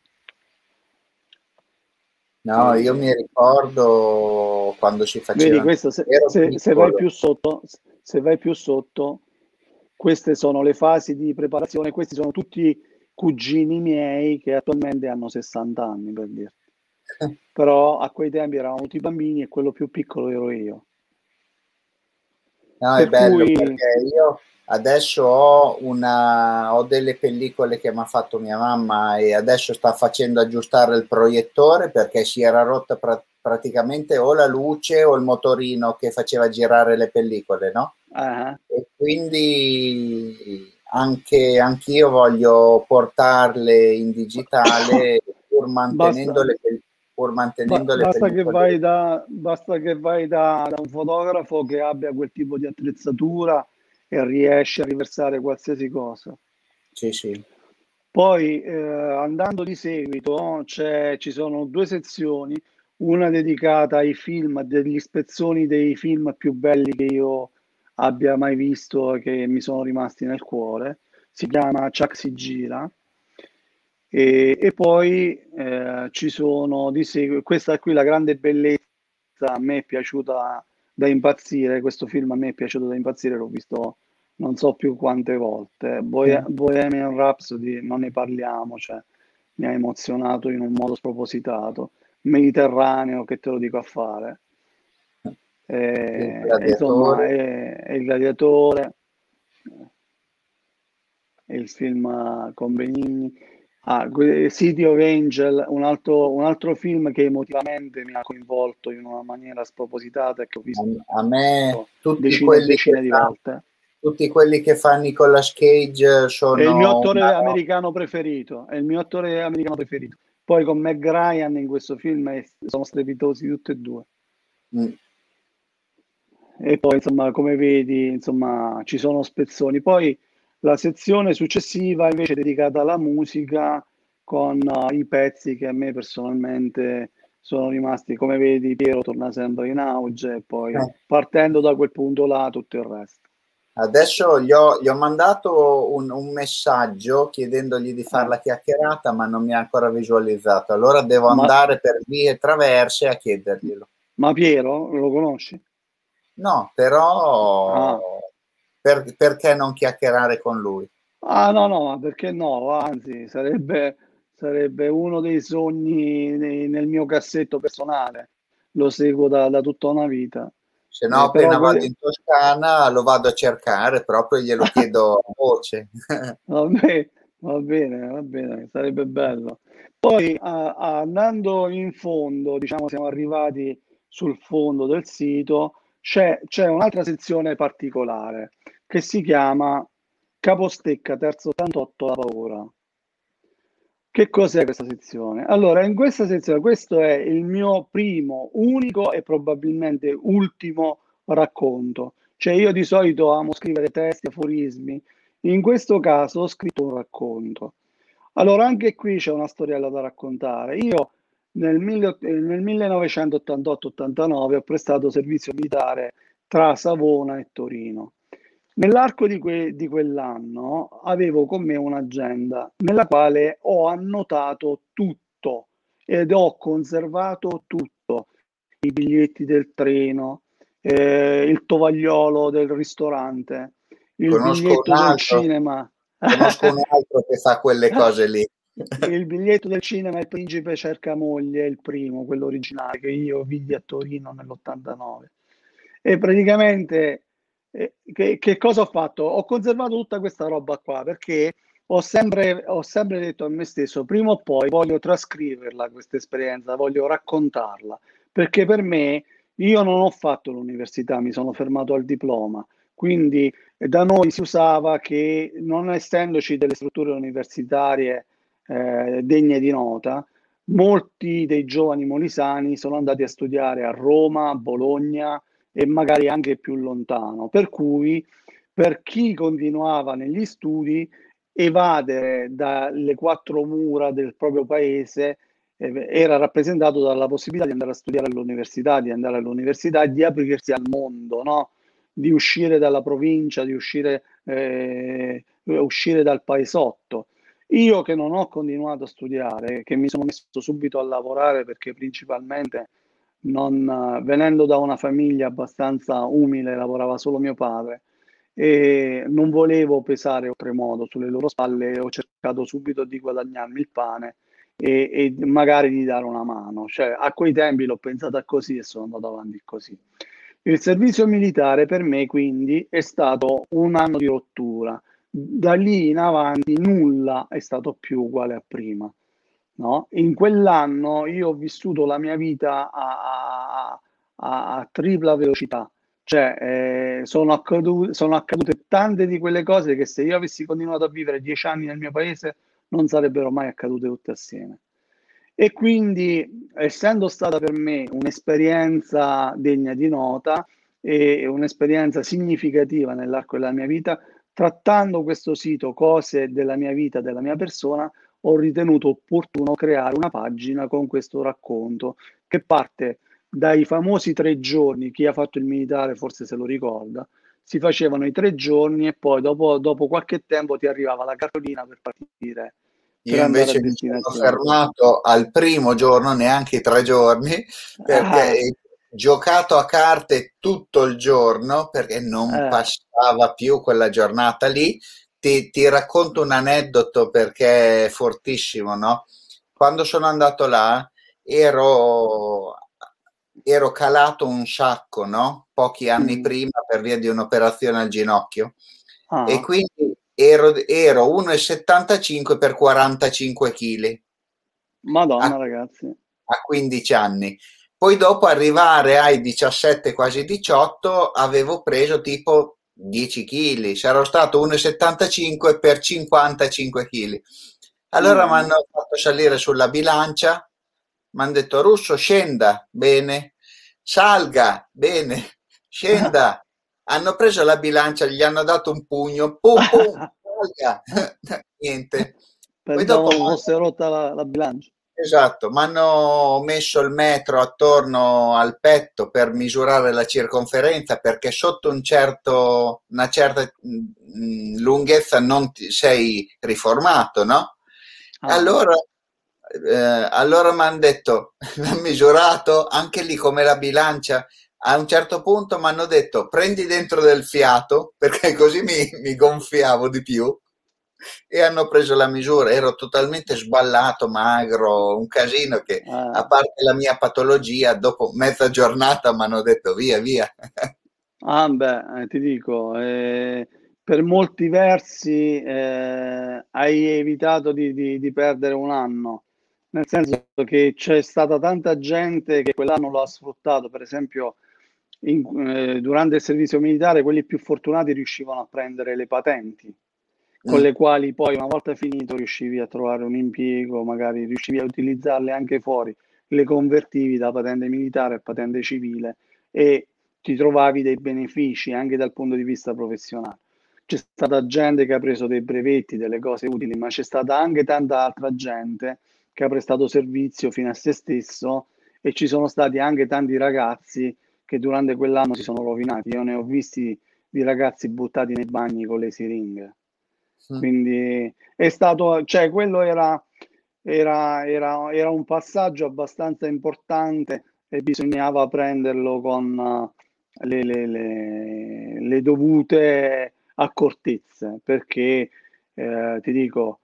No, io mi Eh, ricordo quando si Vedi, facevano, questo se, ero se- se vai piccolo. più sotto, se vai più sotto, queste sono le fasi di preparazione. Questi sono tutti cugini miei che attualmente hanno sessanta anni, per dirti. Però a quei tempi eravamo tutti bambini e quello più piccolo ero io. No, è Per bello cui, perché io adesso ho una, ho delle pellicole che mi ha fatto mia mamma e adesso sta facendo aggiustare il proiettore perché si era rotta pra- praticamente o la luce o il motorino che faceva girare le pellicole, no? eh, E quindi anche anch'io voglio portarle in digitale pur mantenendo basta, le, pel- pur ba- mantenendo le basta che pellicole. vai da, basta che vai da, da un fotografo che abbia quel tipo di attrezzatura e riesce a riversare qualsiasi cosa. Sì, sì. Poi eh, andando di seguito c'è- ci sono due sezioni, una dedicata ai film, degli spezzoni dei film più belli che io abbia mai visto e che mi sono rimasti nel cuore. Si chiama Chuck si gira. E, e poi eh, ci sono di seguito, questa qui la grande bellezza, a me è piaciuta da impazzire, questo film a me è piaciuto da impazzire, l'ho visto non so più quante volte. Bohe- Bohemian Rhapsody, non ne parliamo, cioè, mi ha emozionato in un modo spropositato. Mediterraneo, che te lo dico a fare. Il Eh, insomma, gladiatore. è, è il gladiatore, è il film eh, con Benigni. Ah, que- City of Angel, un altro, un altro film che emotivamente mi ha coinvolto in una maniera spropositata e che ho visto A, a me tutti decine e quelli decine che di fa, volte. tutti quelli che fa Nicolas Cage È il mio sono attore una... americano preferito, è il mio attore americano preferito. Poi con Meg Ryan in questo film è- sono strepitosi tutti e due. Mm. E poi, insomma, come vedi, insomma, ci sono spezzoni. Poi la sezione successiva invece è dedicata alla musica con eh, i pezzi che a me personalmente sono rimasti, come vedi, Piero torna sempre in auge e poi Eh, partendo da quel punto là tutto il resto. Adesso gli ho, gli ho mandato un, un messaggio chiedendogli di fare Eh, la chiacchierata, ma non mi ha ancora visualizzato. Allora devo ma, andare per vie traverse a chiederglielo. ma Piero, lo conosci? No, però Ah. per- perché non chiacchierare con lui? Ah, no, no, ma perché no? Anzi, sarebbe, sarebbe uno dei sogni nei- nel mio cassetto personale. Lo seguo da, da tutta una vita. Se no, Eh, però appena vado que- in Toscana lo vado a cercare, proprio glielo chiedo a voce. vabbè, va bene, va bene, sarebbe bello. Poi a- a- andando in fondo, diciamo, siamo arrivati sul fondo del sito, c'è c'è un'altra sezione particolare che si chiama Capostecca Terzo ottantotto La Paura. Che cos'è questa sezione? Allora, in questa sezione, questo è il mio primo, unico e probabilmente ultimo racconto. Cioè, io di solito amo scrivere testi, aforismi. In questo caso ho scritto un racconto. Allora, anche qui c'è una storiella da raccontare. Io nel, mille- nel millenovecentottantotto ottantanove ho prestato servizio militare tra Savona e Torino. Nell'arco di, que- di quell'anno avevo con me un'agenda nella quale ho annotato tutto ed ho conservato tutto, i biglietti del treno, eh, il tovagliolo del ristorante, il Conosco un biglietto del altro, cinema. conosco un altro che fa quelle cose lì. Il biglietto del cinema Il principe cerca moglie, il primo, quello originale che io vidi a Torino nell'ottantanove. E praticamente eh, che, che cosa ho fatto? Ho conservato tutta questa roba qua perché ho sempre, ho sempre detto a me stesso, prima o poi voglio trascriverla questa esperienza, voglio raccontarla, perché per me, io non ho fatto l'università, mi sono fermato al diploma, quindi eh, da noi si usava che non essendoci delle strutture universitarie eh, degne di nota, molti dei giovani molisani sono andati a studiare a Roma, a Bologna e magari anche più lontano, per cui per chi continuava negli studi evadere dalle quattro mura del proprio paese eh, era rappresentato dalla possibilità di andare a studiare all'università, di andare all'università e di aprirsi al mondo, no? Di uscire dalla provincia, di uscire, eh, uscire dal paesotto. Io che non ho continuato a studiare, che mi sono messo subito a lavorare perché principalmente non, venendo da una famiglia abbastanza umile, lavorava solo mio padre e non volevo pesare oltremodo sulle loro spalle, ho cercato subito di guadagnarmi il pane e, e magari di dare una mano. Cioè, a quei tempi l'ho pensata così e sono andato avanti così. Il servizio militare per me quindi è stato un anno di rottura. Da lì in avanti nulla è stato più uguale a prima. No? In quell'anno io ho vissuto la mia vita a, a- a tripla velocità, cioè eh, sono accadute, sono accadute tante di quelle cose che se io avessi continuato a vivere dieci anni nel mio paese non sarebbero mai accadute tutte assieme. E quindi, essendo stata per me un'esperienza degna di nota e un'esperienza significativa nell'arco della mia vita, trattando questo sito cose della mia vita, della mia persona, ho ritenuto opportuno creare una pagina con questo racconto che parte dai famosi tre giorni, chi ha fatto il militare forse se lo ricorda, si facevano i tre giorni e poi dopo, dopo qualche tempo ti arrivava la cartolina per partire, per Io andare a invece mi sono destinazione. fermato al primo giorno, neanche i tre giorni, perché Ah, ho giocato a carte tutto il giorno perché non eh, passava più quella giornata lì. Ti, ti racconto un aneddoto perché è fortissimo, no? Quando sono andato là ero, ero calato un sacco, no? Pochi anni mm, prima per via di un'operazione al ginocchio e ah, quindi ero, ero uno virgola settantacinque per quarantacinque chili Madonna a, ragazzi. a quindici anni. Poi dopo arrivare ai diciassette, quasi diciotto, avevo preso tipo dieci chili, sarò stato uno virgola settantacinque per cinquantacinque chili. Allora mi Madonna. hanno fatto salire sulla bilancia, mi hanno detto Russo scenda, bene, salga, bene, scenda. Hanno preso la bilancia, gli hanno dato un pugno, pum pum, salga, niente. Poi dopo Pensavano fosse rotta la, la bilancia. esatto, m'hanno messo il metro attorno al petto per misurare la circonferenza perché sotto un certo, una certa mm, lunghezza non ti sei riformato, no? Ah, Allora, eh, allora mi hanno detto, l'hanno misurato anche lì come la bilancia. A un certo punto mi hanno detto prendi dentro del fiato perché così mi, mi gonfiavo di più e hanno preso la misura. Ero totalmente sballato, magro, un casino che a eh. parte la mia patologia, dopo mezza giornata mi hanno detto via, via. Ah, beh, eh, ti dico, eh, per molti versi eh, hai evitato di, di- di perdere un anno, nel senso che c'è stata tanta gente che quell'anno lo ha sfruttato, per esempio in- eh, durante il servizio militare quelli più fortunati riuscivano a prendere le patenti, con Mm. le quali poi una volta finito riuscivi a trovare un impiego, magari riuscivi a utilizzarle anche fuori, le convertivi da patente militare a patente civile e ti trovavi dei benefici anche dal punto di vista professionale. C'è stata gente che ha preso dei brevetti, delle cose utili, ma c'è stata anche tanta altra gente che ha prestato servizio fino a se stesso e ci sono stati anche tanti ragazzi che durante quell'anno si sono rovinati. Io ne ho visti di ragazzi buttati nei bagni con le siringhe. Mm. Quindi è stato, cioè quello era, era, era, era un passaggio abbastanza importante e bisognava prenderlo con eh, le, le- le- le dovute accortezze, perché eh, ti dico,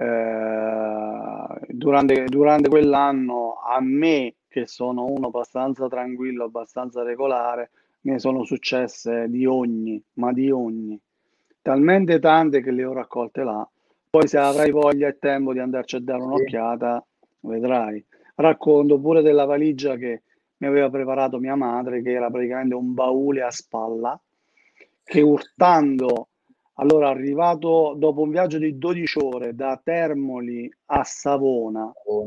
eh, durante, durante quell'anno a me, che sono uno abbastanza tranquillo, abbastanza regolare, ne sono successe di ogni, ma di ogni, talmente tante che le ho raccolte là, Poi se avrai voglia e tempo di andarci a dare Sì. un'occhiata, vedrai. Racconto pure della valigia che mi aveva preparato mia madre, che era praticamente un baule a spalla, che urtando, allora arrivato dopo un viaggio di dodici ore da Termoli a Savona, Oh.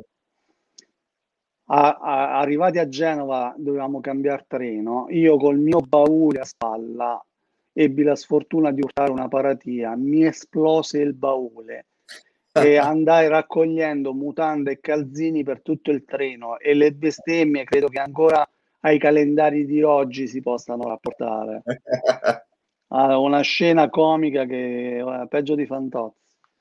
a- a- arrivati a Genova dovevamo cambiare treno, io col mio baule a spalla ebbi la sfortuna di urtare una paratia, mi esplose il baule e andai raccogliendo mutande e calzini per tutto il treno e le bestemmie credo che ancora ai calendari di oggi si possano rapportare. Ah, una scena comica che eh, peggio di Fantozzi.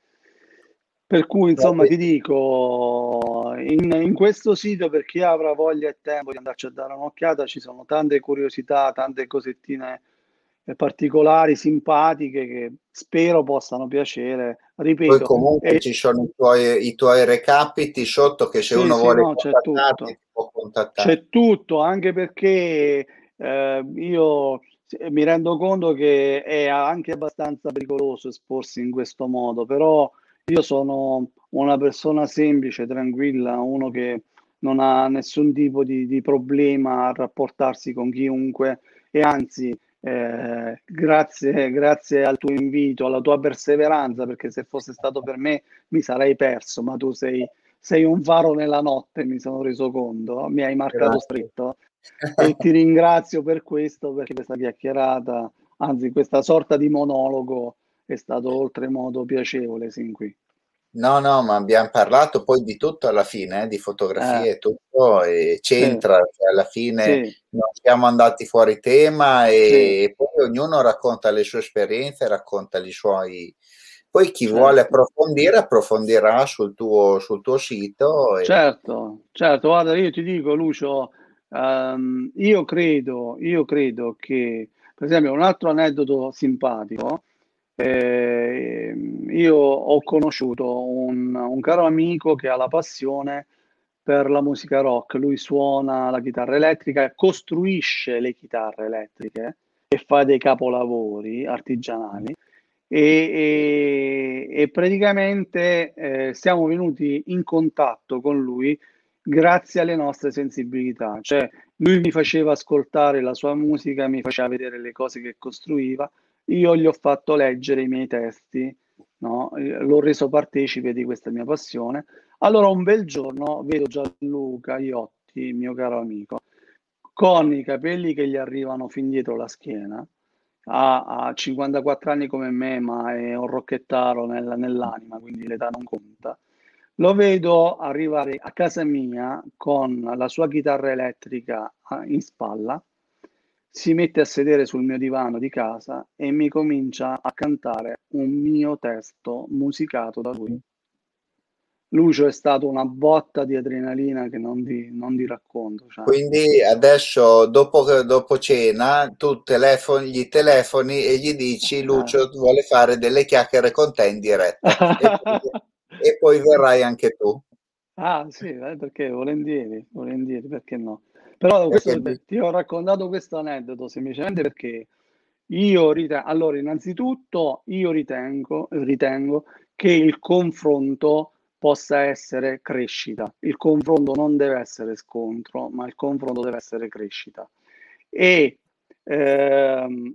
Per cui, insomma, ti dico, in, in questo sito, per chi avrà voglia e tempo di andarci a dare un'occhiata, ci sono tante curiosità, tante cosettine eh, particolari, simpatiche, che spero possano piacere. Poi Ripeto, comunque e, ci sono i tuoi, i tuoi recapiti sotto che se sì, uno sì, vuole no, c'è contattarti tutto. ti può contattare. C'è tutto, anche perché eh, io mi rendo conto che è anche abbastanza pericoloso esporsi in questo modo, però io sono una persona semplice, tranquilla, uno che non ha nessun tipo di, di problema a rapportarsi con chiunque e anzi, eh, grazie, grazie al tuo invito, alla tua perseveranza, perché se fosse stato per me mi sarei perso, ma tu sei sei un faro nella notte, mi sono reso conto, mi hai marcato Grazie. stretto e ti ringrazio per questo, perché questa chiacchierata, anzi questa sorta di monologo è stato oltremodo piacevole sin qui. No, no, ma abbiamo parlato poi di tutto alla fine, eh, di Eh, fotografie e tutto, e sì, c'entra, cioè alla fine sì, non siamo andati fuori tema sì, e poi ognuno racconta le sue esperienze, racconta i suoi. Poi chi vuole certo. approfondire, approfondirà sul tuo, sul tuo sito. E... Certo, certo, guarda, io ti dico, Lucio, ehm, io credo, io credo che, per esempio, un altro aneddoto simpatico, eh, io ho conosciuto un, un caro amico che ha la passione per la musica rock, lui suona la chitarra elettrica, costruisce le chitarre elettriche e fa dei capolavori artigianali e, e- e praticamente eh, siamo venuti in contatto con lui grazie alle nostre sensibilità. Cioè, lui mi faceva ascoltare la sua musica, mi faceva vedere le cose che costruiva, io gli ho fatto leggere i miei testi, no? Eh, L'ho reso partecipe di questa mia passione. Allora, un bel giorno vedo Gianluca Iotti, mio caro amico, con i capelli che gli arrivano fin dietro la schiena, ha, ha cinquantaquattro anni come me, ma è un rocchettaro nel- nell'anima, quindi l'età non conta. Lo vedo arrivare a casa mia con la sua chitarra elettrica ah, in spalla, si mette a sedere sul mio divano di casa e mi comincia a cantare un mio testo musicato da lui. Lucio è stato una botta di adrenalina che non ti, non ti racconto. Cioè. Quindi adesso, dopo, dopo cena, tu telefoni, gli telefoni e gli dici Eh. Lucio vuole fare delle chiacchiere con te in diretta e poi, e poi verrai anche tu. Ah sì, eh, perché volentieri, volentieri, perché no? Però Perché questo, di- ti ho raccontato questo aneddoto semplicemente perché io ritengo, allora innanzitutto io ritengo, ritengo che il confronto possa essere crescita. Il confronto non deve essere scontro, ma il confronto deve essere crescita. E ehm,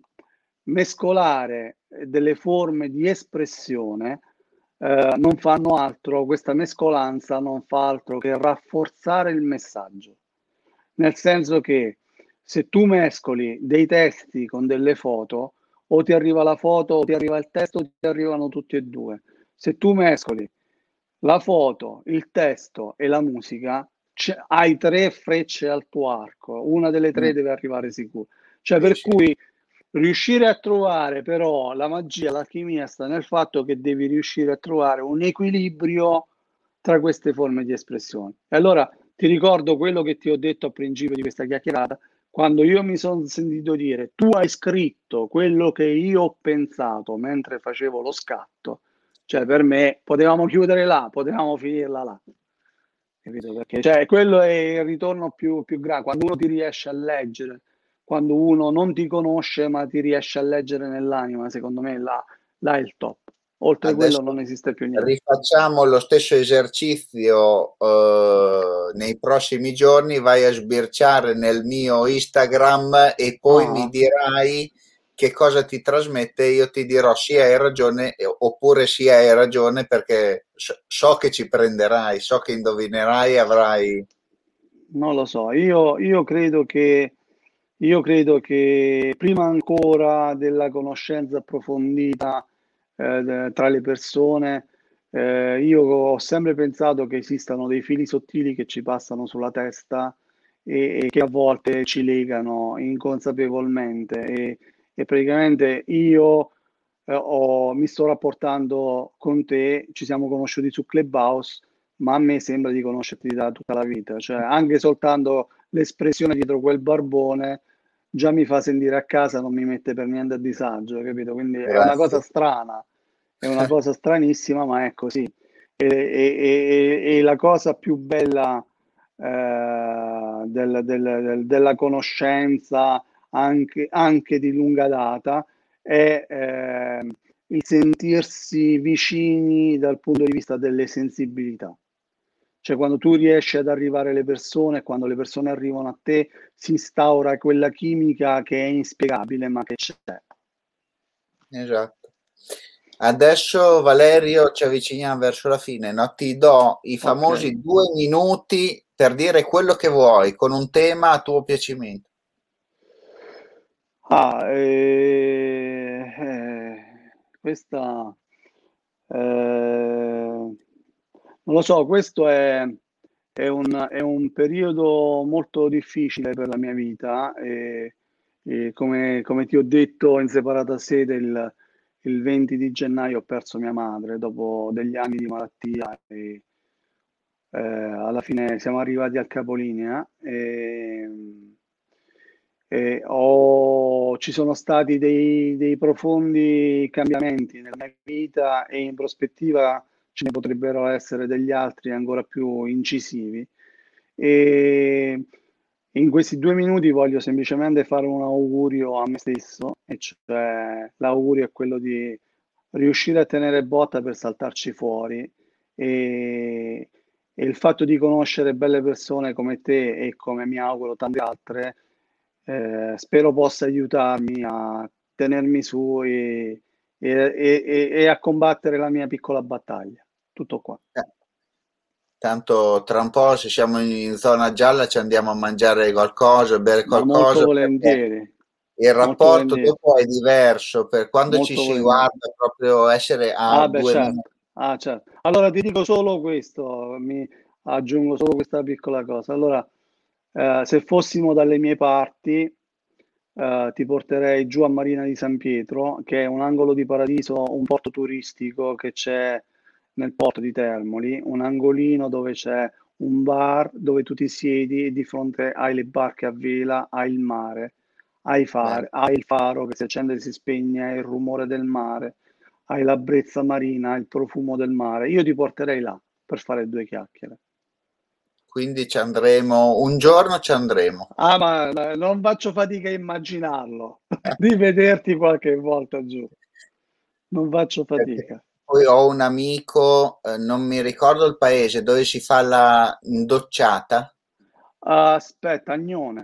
mescolare delle forme di espressione eh, non fanno altro, questa mescolanza non fa altro che rafforzare il messaggio. Nel senso che se tu mescoli dei testi con delle foto, o ti arriva la foto o ti arriva il testo, o ti arrivano tutti e due. Se tu mescoli la foto, il testo e la musica, hai tre frecce al tuo arco, una delle tre Mm, deve arrivare sicuro. Cioè, sì, per sì. cui riuscire a trovare però la magia, l'alchimia sta nel fatto che devi riuscire a trovare un equilibrio tra queste forme di espressione. E allora ti ricordo quello che ti ho detto al principio di questa chiacchierata, quando io mi sono sentito dire tu hai scritto quello che io ho pensato mentre facevo lo scatto, cioè per me potevamo chiudere là, potevamo finirla là. Capito? Perché cioè, quello è il ritorno più, più grande, quando uno ti riesce a leggere, quando uno non ti conosce ma ti riesce a leggere nell'anima, secondo me là, là è il top. oltre quello Adesso non esiste più niente. rifacciamo lo stesso esercizio eh, nei prossimi giorni, vai a sbirciare nel mio Instagram e poi mi Ah, dirai che cosa ti trasmette. Io ti dirò sì, hai ragione, eh, oppure sì, hai ragione, perché so, so che ci prenderai, so che indovinerai e avrai. non lo so, io, io credo che, io credo che prima ancora della conoscenza approfondita eh, de- tra le persone, eh, io ho sempre pensato che esistano dei fili sottili che ci passano sulla testa e, e che a volte ci legano inconsapevolmente e, e praticamente io eh, ho- mi sto rapportando con te, ci siamo conosciuti su Clubhouse, ma a me sembra di conoscerti da tutta la vita, cioè anche soltanto l'espressione dietro quel barbone già mi fa sentire a casa, non mi mette per niente a disagio, capito? Quindi è una cosa Grazie. strana, è una cosa stranissima, ma è così. E, e- e- e la cosa più bella eh, del- del- del- della conoscenza, anche, anche di lunga data, è eh, il sentirsi vicini dal punto di vista delle sensibilità. Cioè, quando tu riesci ad arrivare alle persone, quando le persone arrivano a te, si instaura quella chimica che è inspiegabile, ma che c'è. Esatto. Adesso Valerio ci avviciniamo verso la fine, no? Ti do i Ok. famosi due minuti per dire quello che vuoi, con un tema a tuo piacimento. Ah, eh, eh, questa, eh, non lo so, questo è, è un, è un periodo molto difficile per la mia vita e, e come, come ti ho detto in separata sede, il, il venti di gennaio ho perso mia madre dopo degli anni di malattia e eh, alla fine siamo arrivati al capolinea e, e ho- ci sono stati dei, dei profondi cambiamenti nella mia vita e in prospettiva ce ne potrebbero essere degli altri ancora più incisivi. E in questi due minuti voglio semplicemente fare un augurio a me stesso, e cioè l'augurio è quello di riuscire a tenere botta per saltarci fuori e, e il fatto di conoscere belle persone come te e come mi auguro tante altre, eh, spero possa aiutarmi a tenermi su e, e- e- e- e a combattere la mia piccola battaglia. Tutto qua. Eh, Tanto tra un po', se siamo in zona gialla, ci andiamo a mangiare qualcosa, bere Ma molto qualcosa, perché volentieri, il molto rapporto volentieri, dopo è diverso, per quando ci molto si volentieri. guarda, proprio essere a Ah, beh, due minuti. certo. Ah, certo. Allora ti dico solo questo, mi aggiungo solo questa piccola cosa. Allora, eh, se fossimo dalle mie parti, eh, ti porterei giù a Marina di San Pietro, che è un angolo di paradiso, un porto turistico che c'è nel porto di Termoli, un angolino dove c'è un bar dove tu ti siedi e di fronte hai le barche a vela, hai il mare, hai, Bello. fare, hai il faro che si accende e si spegne, hai il rumore del mare, hai la brezza marina, il profumo del mare. Io ti porterei là per fare due chiacchiere. Quindi ci andremo, un giorno ci andremo. Ah, ma eh, non faccio fatica a immaginarlo, di vederti qualche volta giù. Non faccio Perché fatica. poi ho un amico, eh, non mi ricordo il paese, dove si fa la docciata. Aspetta, Agnone,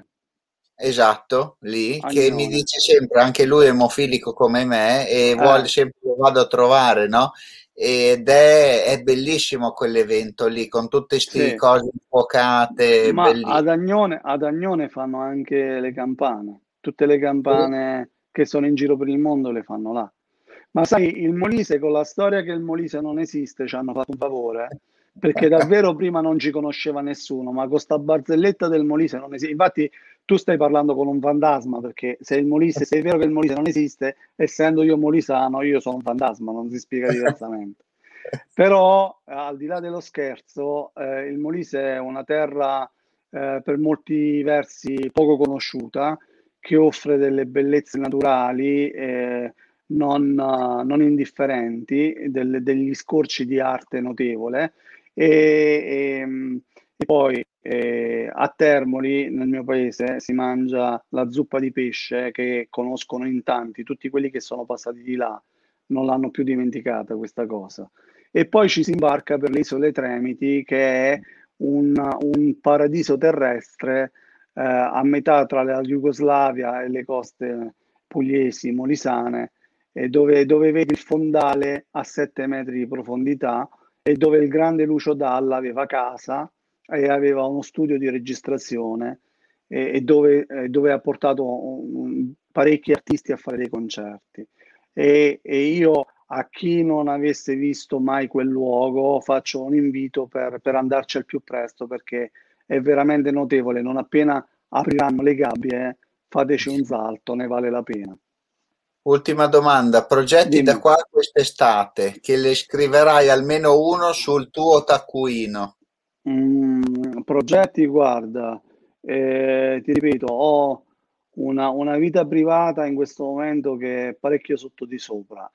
Esatto, lì, che mi Agnone. dice sempre, anche lui è emofilico come me e vuole Eh, sempre lo vado a trovare, no? Ed è, è bellissimo quell'evento lì, con tutte queste sì, cose infuocate, ma ad bellissimo. Agnone, ad Agnone fanno anche le campane. Tutte le Sì. campane che sono in giro per il mondo le fanno là. Ma sai, il Molise, con la storia che il Molise non esiste, ci hanno fatto un favore, perché davvero prima non ci conosceva nessuno, ma con sta barzelletta del Molise non esiste. Infatti tu stai parlando con un fantasma, perché se il Molise, se è vero che il Molise non esiste, essendo io molisano, io sono un fantasma, non si spiega diversamente. Però, eh, al di là dello scherzo, eh, il Molise è una terra eh, per molti versi poco conosciuta, che offre delle bellezze naturali eh, non, eh, non indifferenti, delle- degli scorci di arte notevole. E, e- e poi eh, a Termoli, nel mio paese, si mangia la zuppa di pesce che conoscono in tanti, tutti quelli che sono passati di là non l'hanno più dimenticata questa cosa. E poi ci si imbarca per le isole Tremiti, che è un, un paradiso terrestre eh, a metà tra la Jugoslavia e le coste pugliesi, molisane, e dove, dove vedi il fondale a sette metri di profondità e dove il grande Lucio Dalla aveva casa e aveva uno studio di registrazione e, e dove, eh, dove ha portato um, parecchi artisti a fare dei concerti. E, e io a chi non avesse visto mai quel luogo faccio un invito per, per andarci al più presto, perché è veramente notevole. Non appena apriranno le gabbie, fateci un salto, ne vale la pena. Ultima domanda, progetti da Dimmi. qua a quest'estate, che le scriverai almeno uno sul tuo taccuino. Mm, progetti, guarda, eh, ti ripeto, ho una, una vita privata in questo momento che è parecchio sotto di sopra.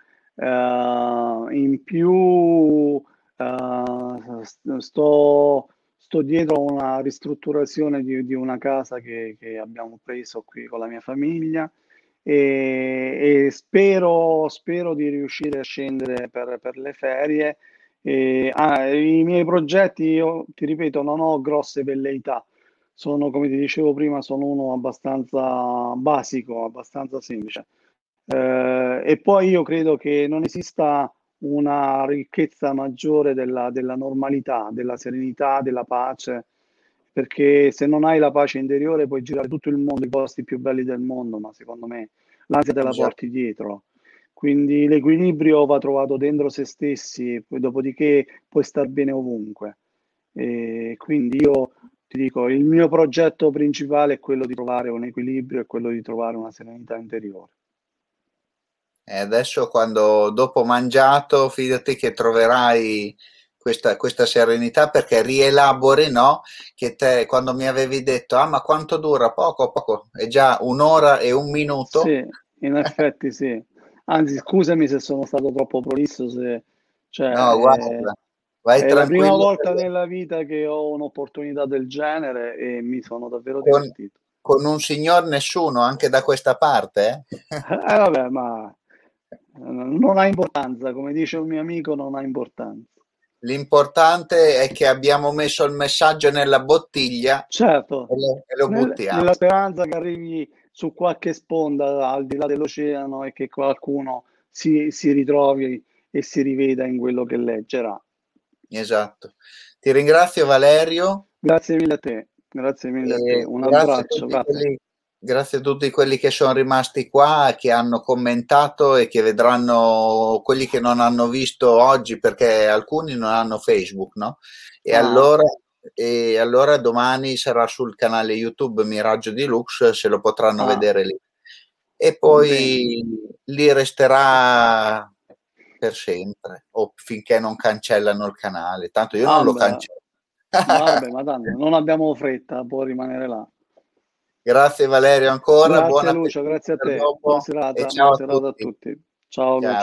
Eh, in più, eh, st- sto, sto dietro a una ristrutturazione di, di una casa che, che abbiamo preso qui con la mia famiglia e, e spero, spero di riuscire a scendere per, per le ferie. E, ah, i miei progetti, io ti ripeto, non ho grosse velleità, sono, come ti dicevo prima, sono uno abbastanza basico, abbastanza semplice. Eh, e poi io credo che non esista una ricchezza maggiore della, della normalità, della serenità, della pace, perché se non hai la pace interiore puoi girare tutto il mondo, i posti più belli del mondo, ma secondo me l'ansia te la Già. porti dietro. Quindi l'equilibrio va trovato dentro se stessi, poi dopodiché puoi star bene ovunque. E quindi io ti dico, il mio progetto principale è quello di trovare un equilibrio e quello di trovare una serenità interiore. E adesso quando dopo mangiato, fidati che troverai questa, questa serenità perché rielabori, no? Che te quando mi avevi detto, ah, ma quanto dura? Poco, poco, è già un'ora e un minuto. Sì, in effetti sì. Anzi, scusami se sono stato troppo prolisso, se, cioè, No, è, guarda, vai è la prima tranquillo volta perché nella vita che ho un'opportunità del genere e mi sono davvero con, divertito. con un signor nessuno anche da questa parte, eh? Eh, vabbè, ma non ha importanza, come dice un mio amico, non ha importanza. L'importante è che abbiamo messo il messaggio nella bottiglia Certo, e lo, e lo nel- buttiamo. nella speranza che arrivi su qualche sponda al di là dell'oceano e che qualcuno si, si ritrovi e si riveda in quello che leggerà. Esatto. Ti ringrazio Valerio. Grazie mille a te, grazie mille a te. E Un grazie a abbraccio, tutti guarda. quelli, grazie a tutti quelli che sono rimasti qua, che hanno commentato e che vedranno quelli che non hanno visto oggi, perché alcuni non hanno Facebook, no? E Ah, allora, e allora domani sarà sul canale YouTube Miraggio Deluxe, se lo potranno ah, vedere lì. E bene. poi lì resterà per sempre, o finché non cancellano il canale. Tanto io non Ah, lo beh, cancello. vabbè, ma tanto non abbiamo fretta, può rimanere là. Grazie Valerio ancora, buon Grazie Lucio, appetito grazie a per te. Buona dopo e serata, buona ciao a serata a tutti. tutti. Ciao Ciao. Lucio.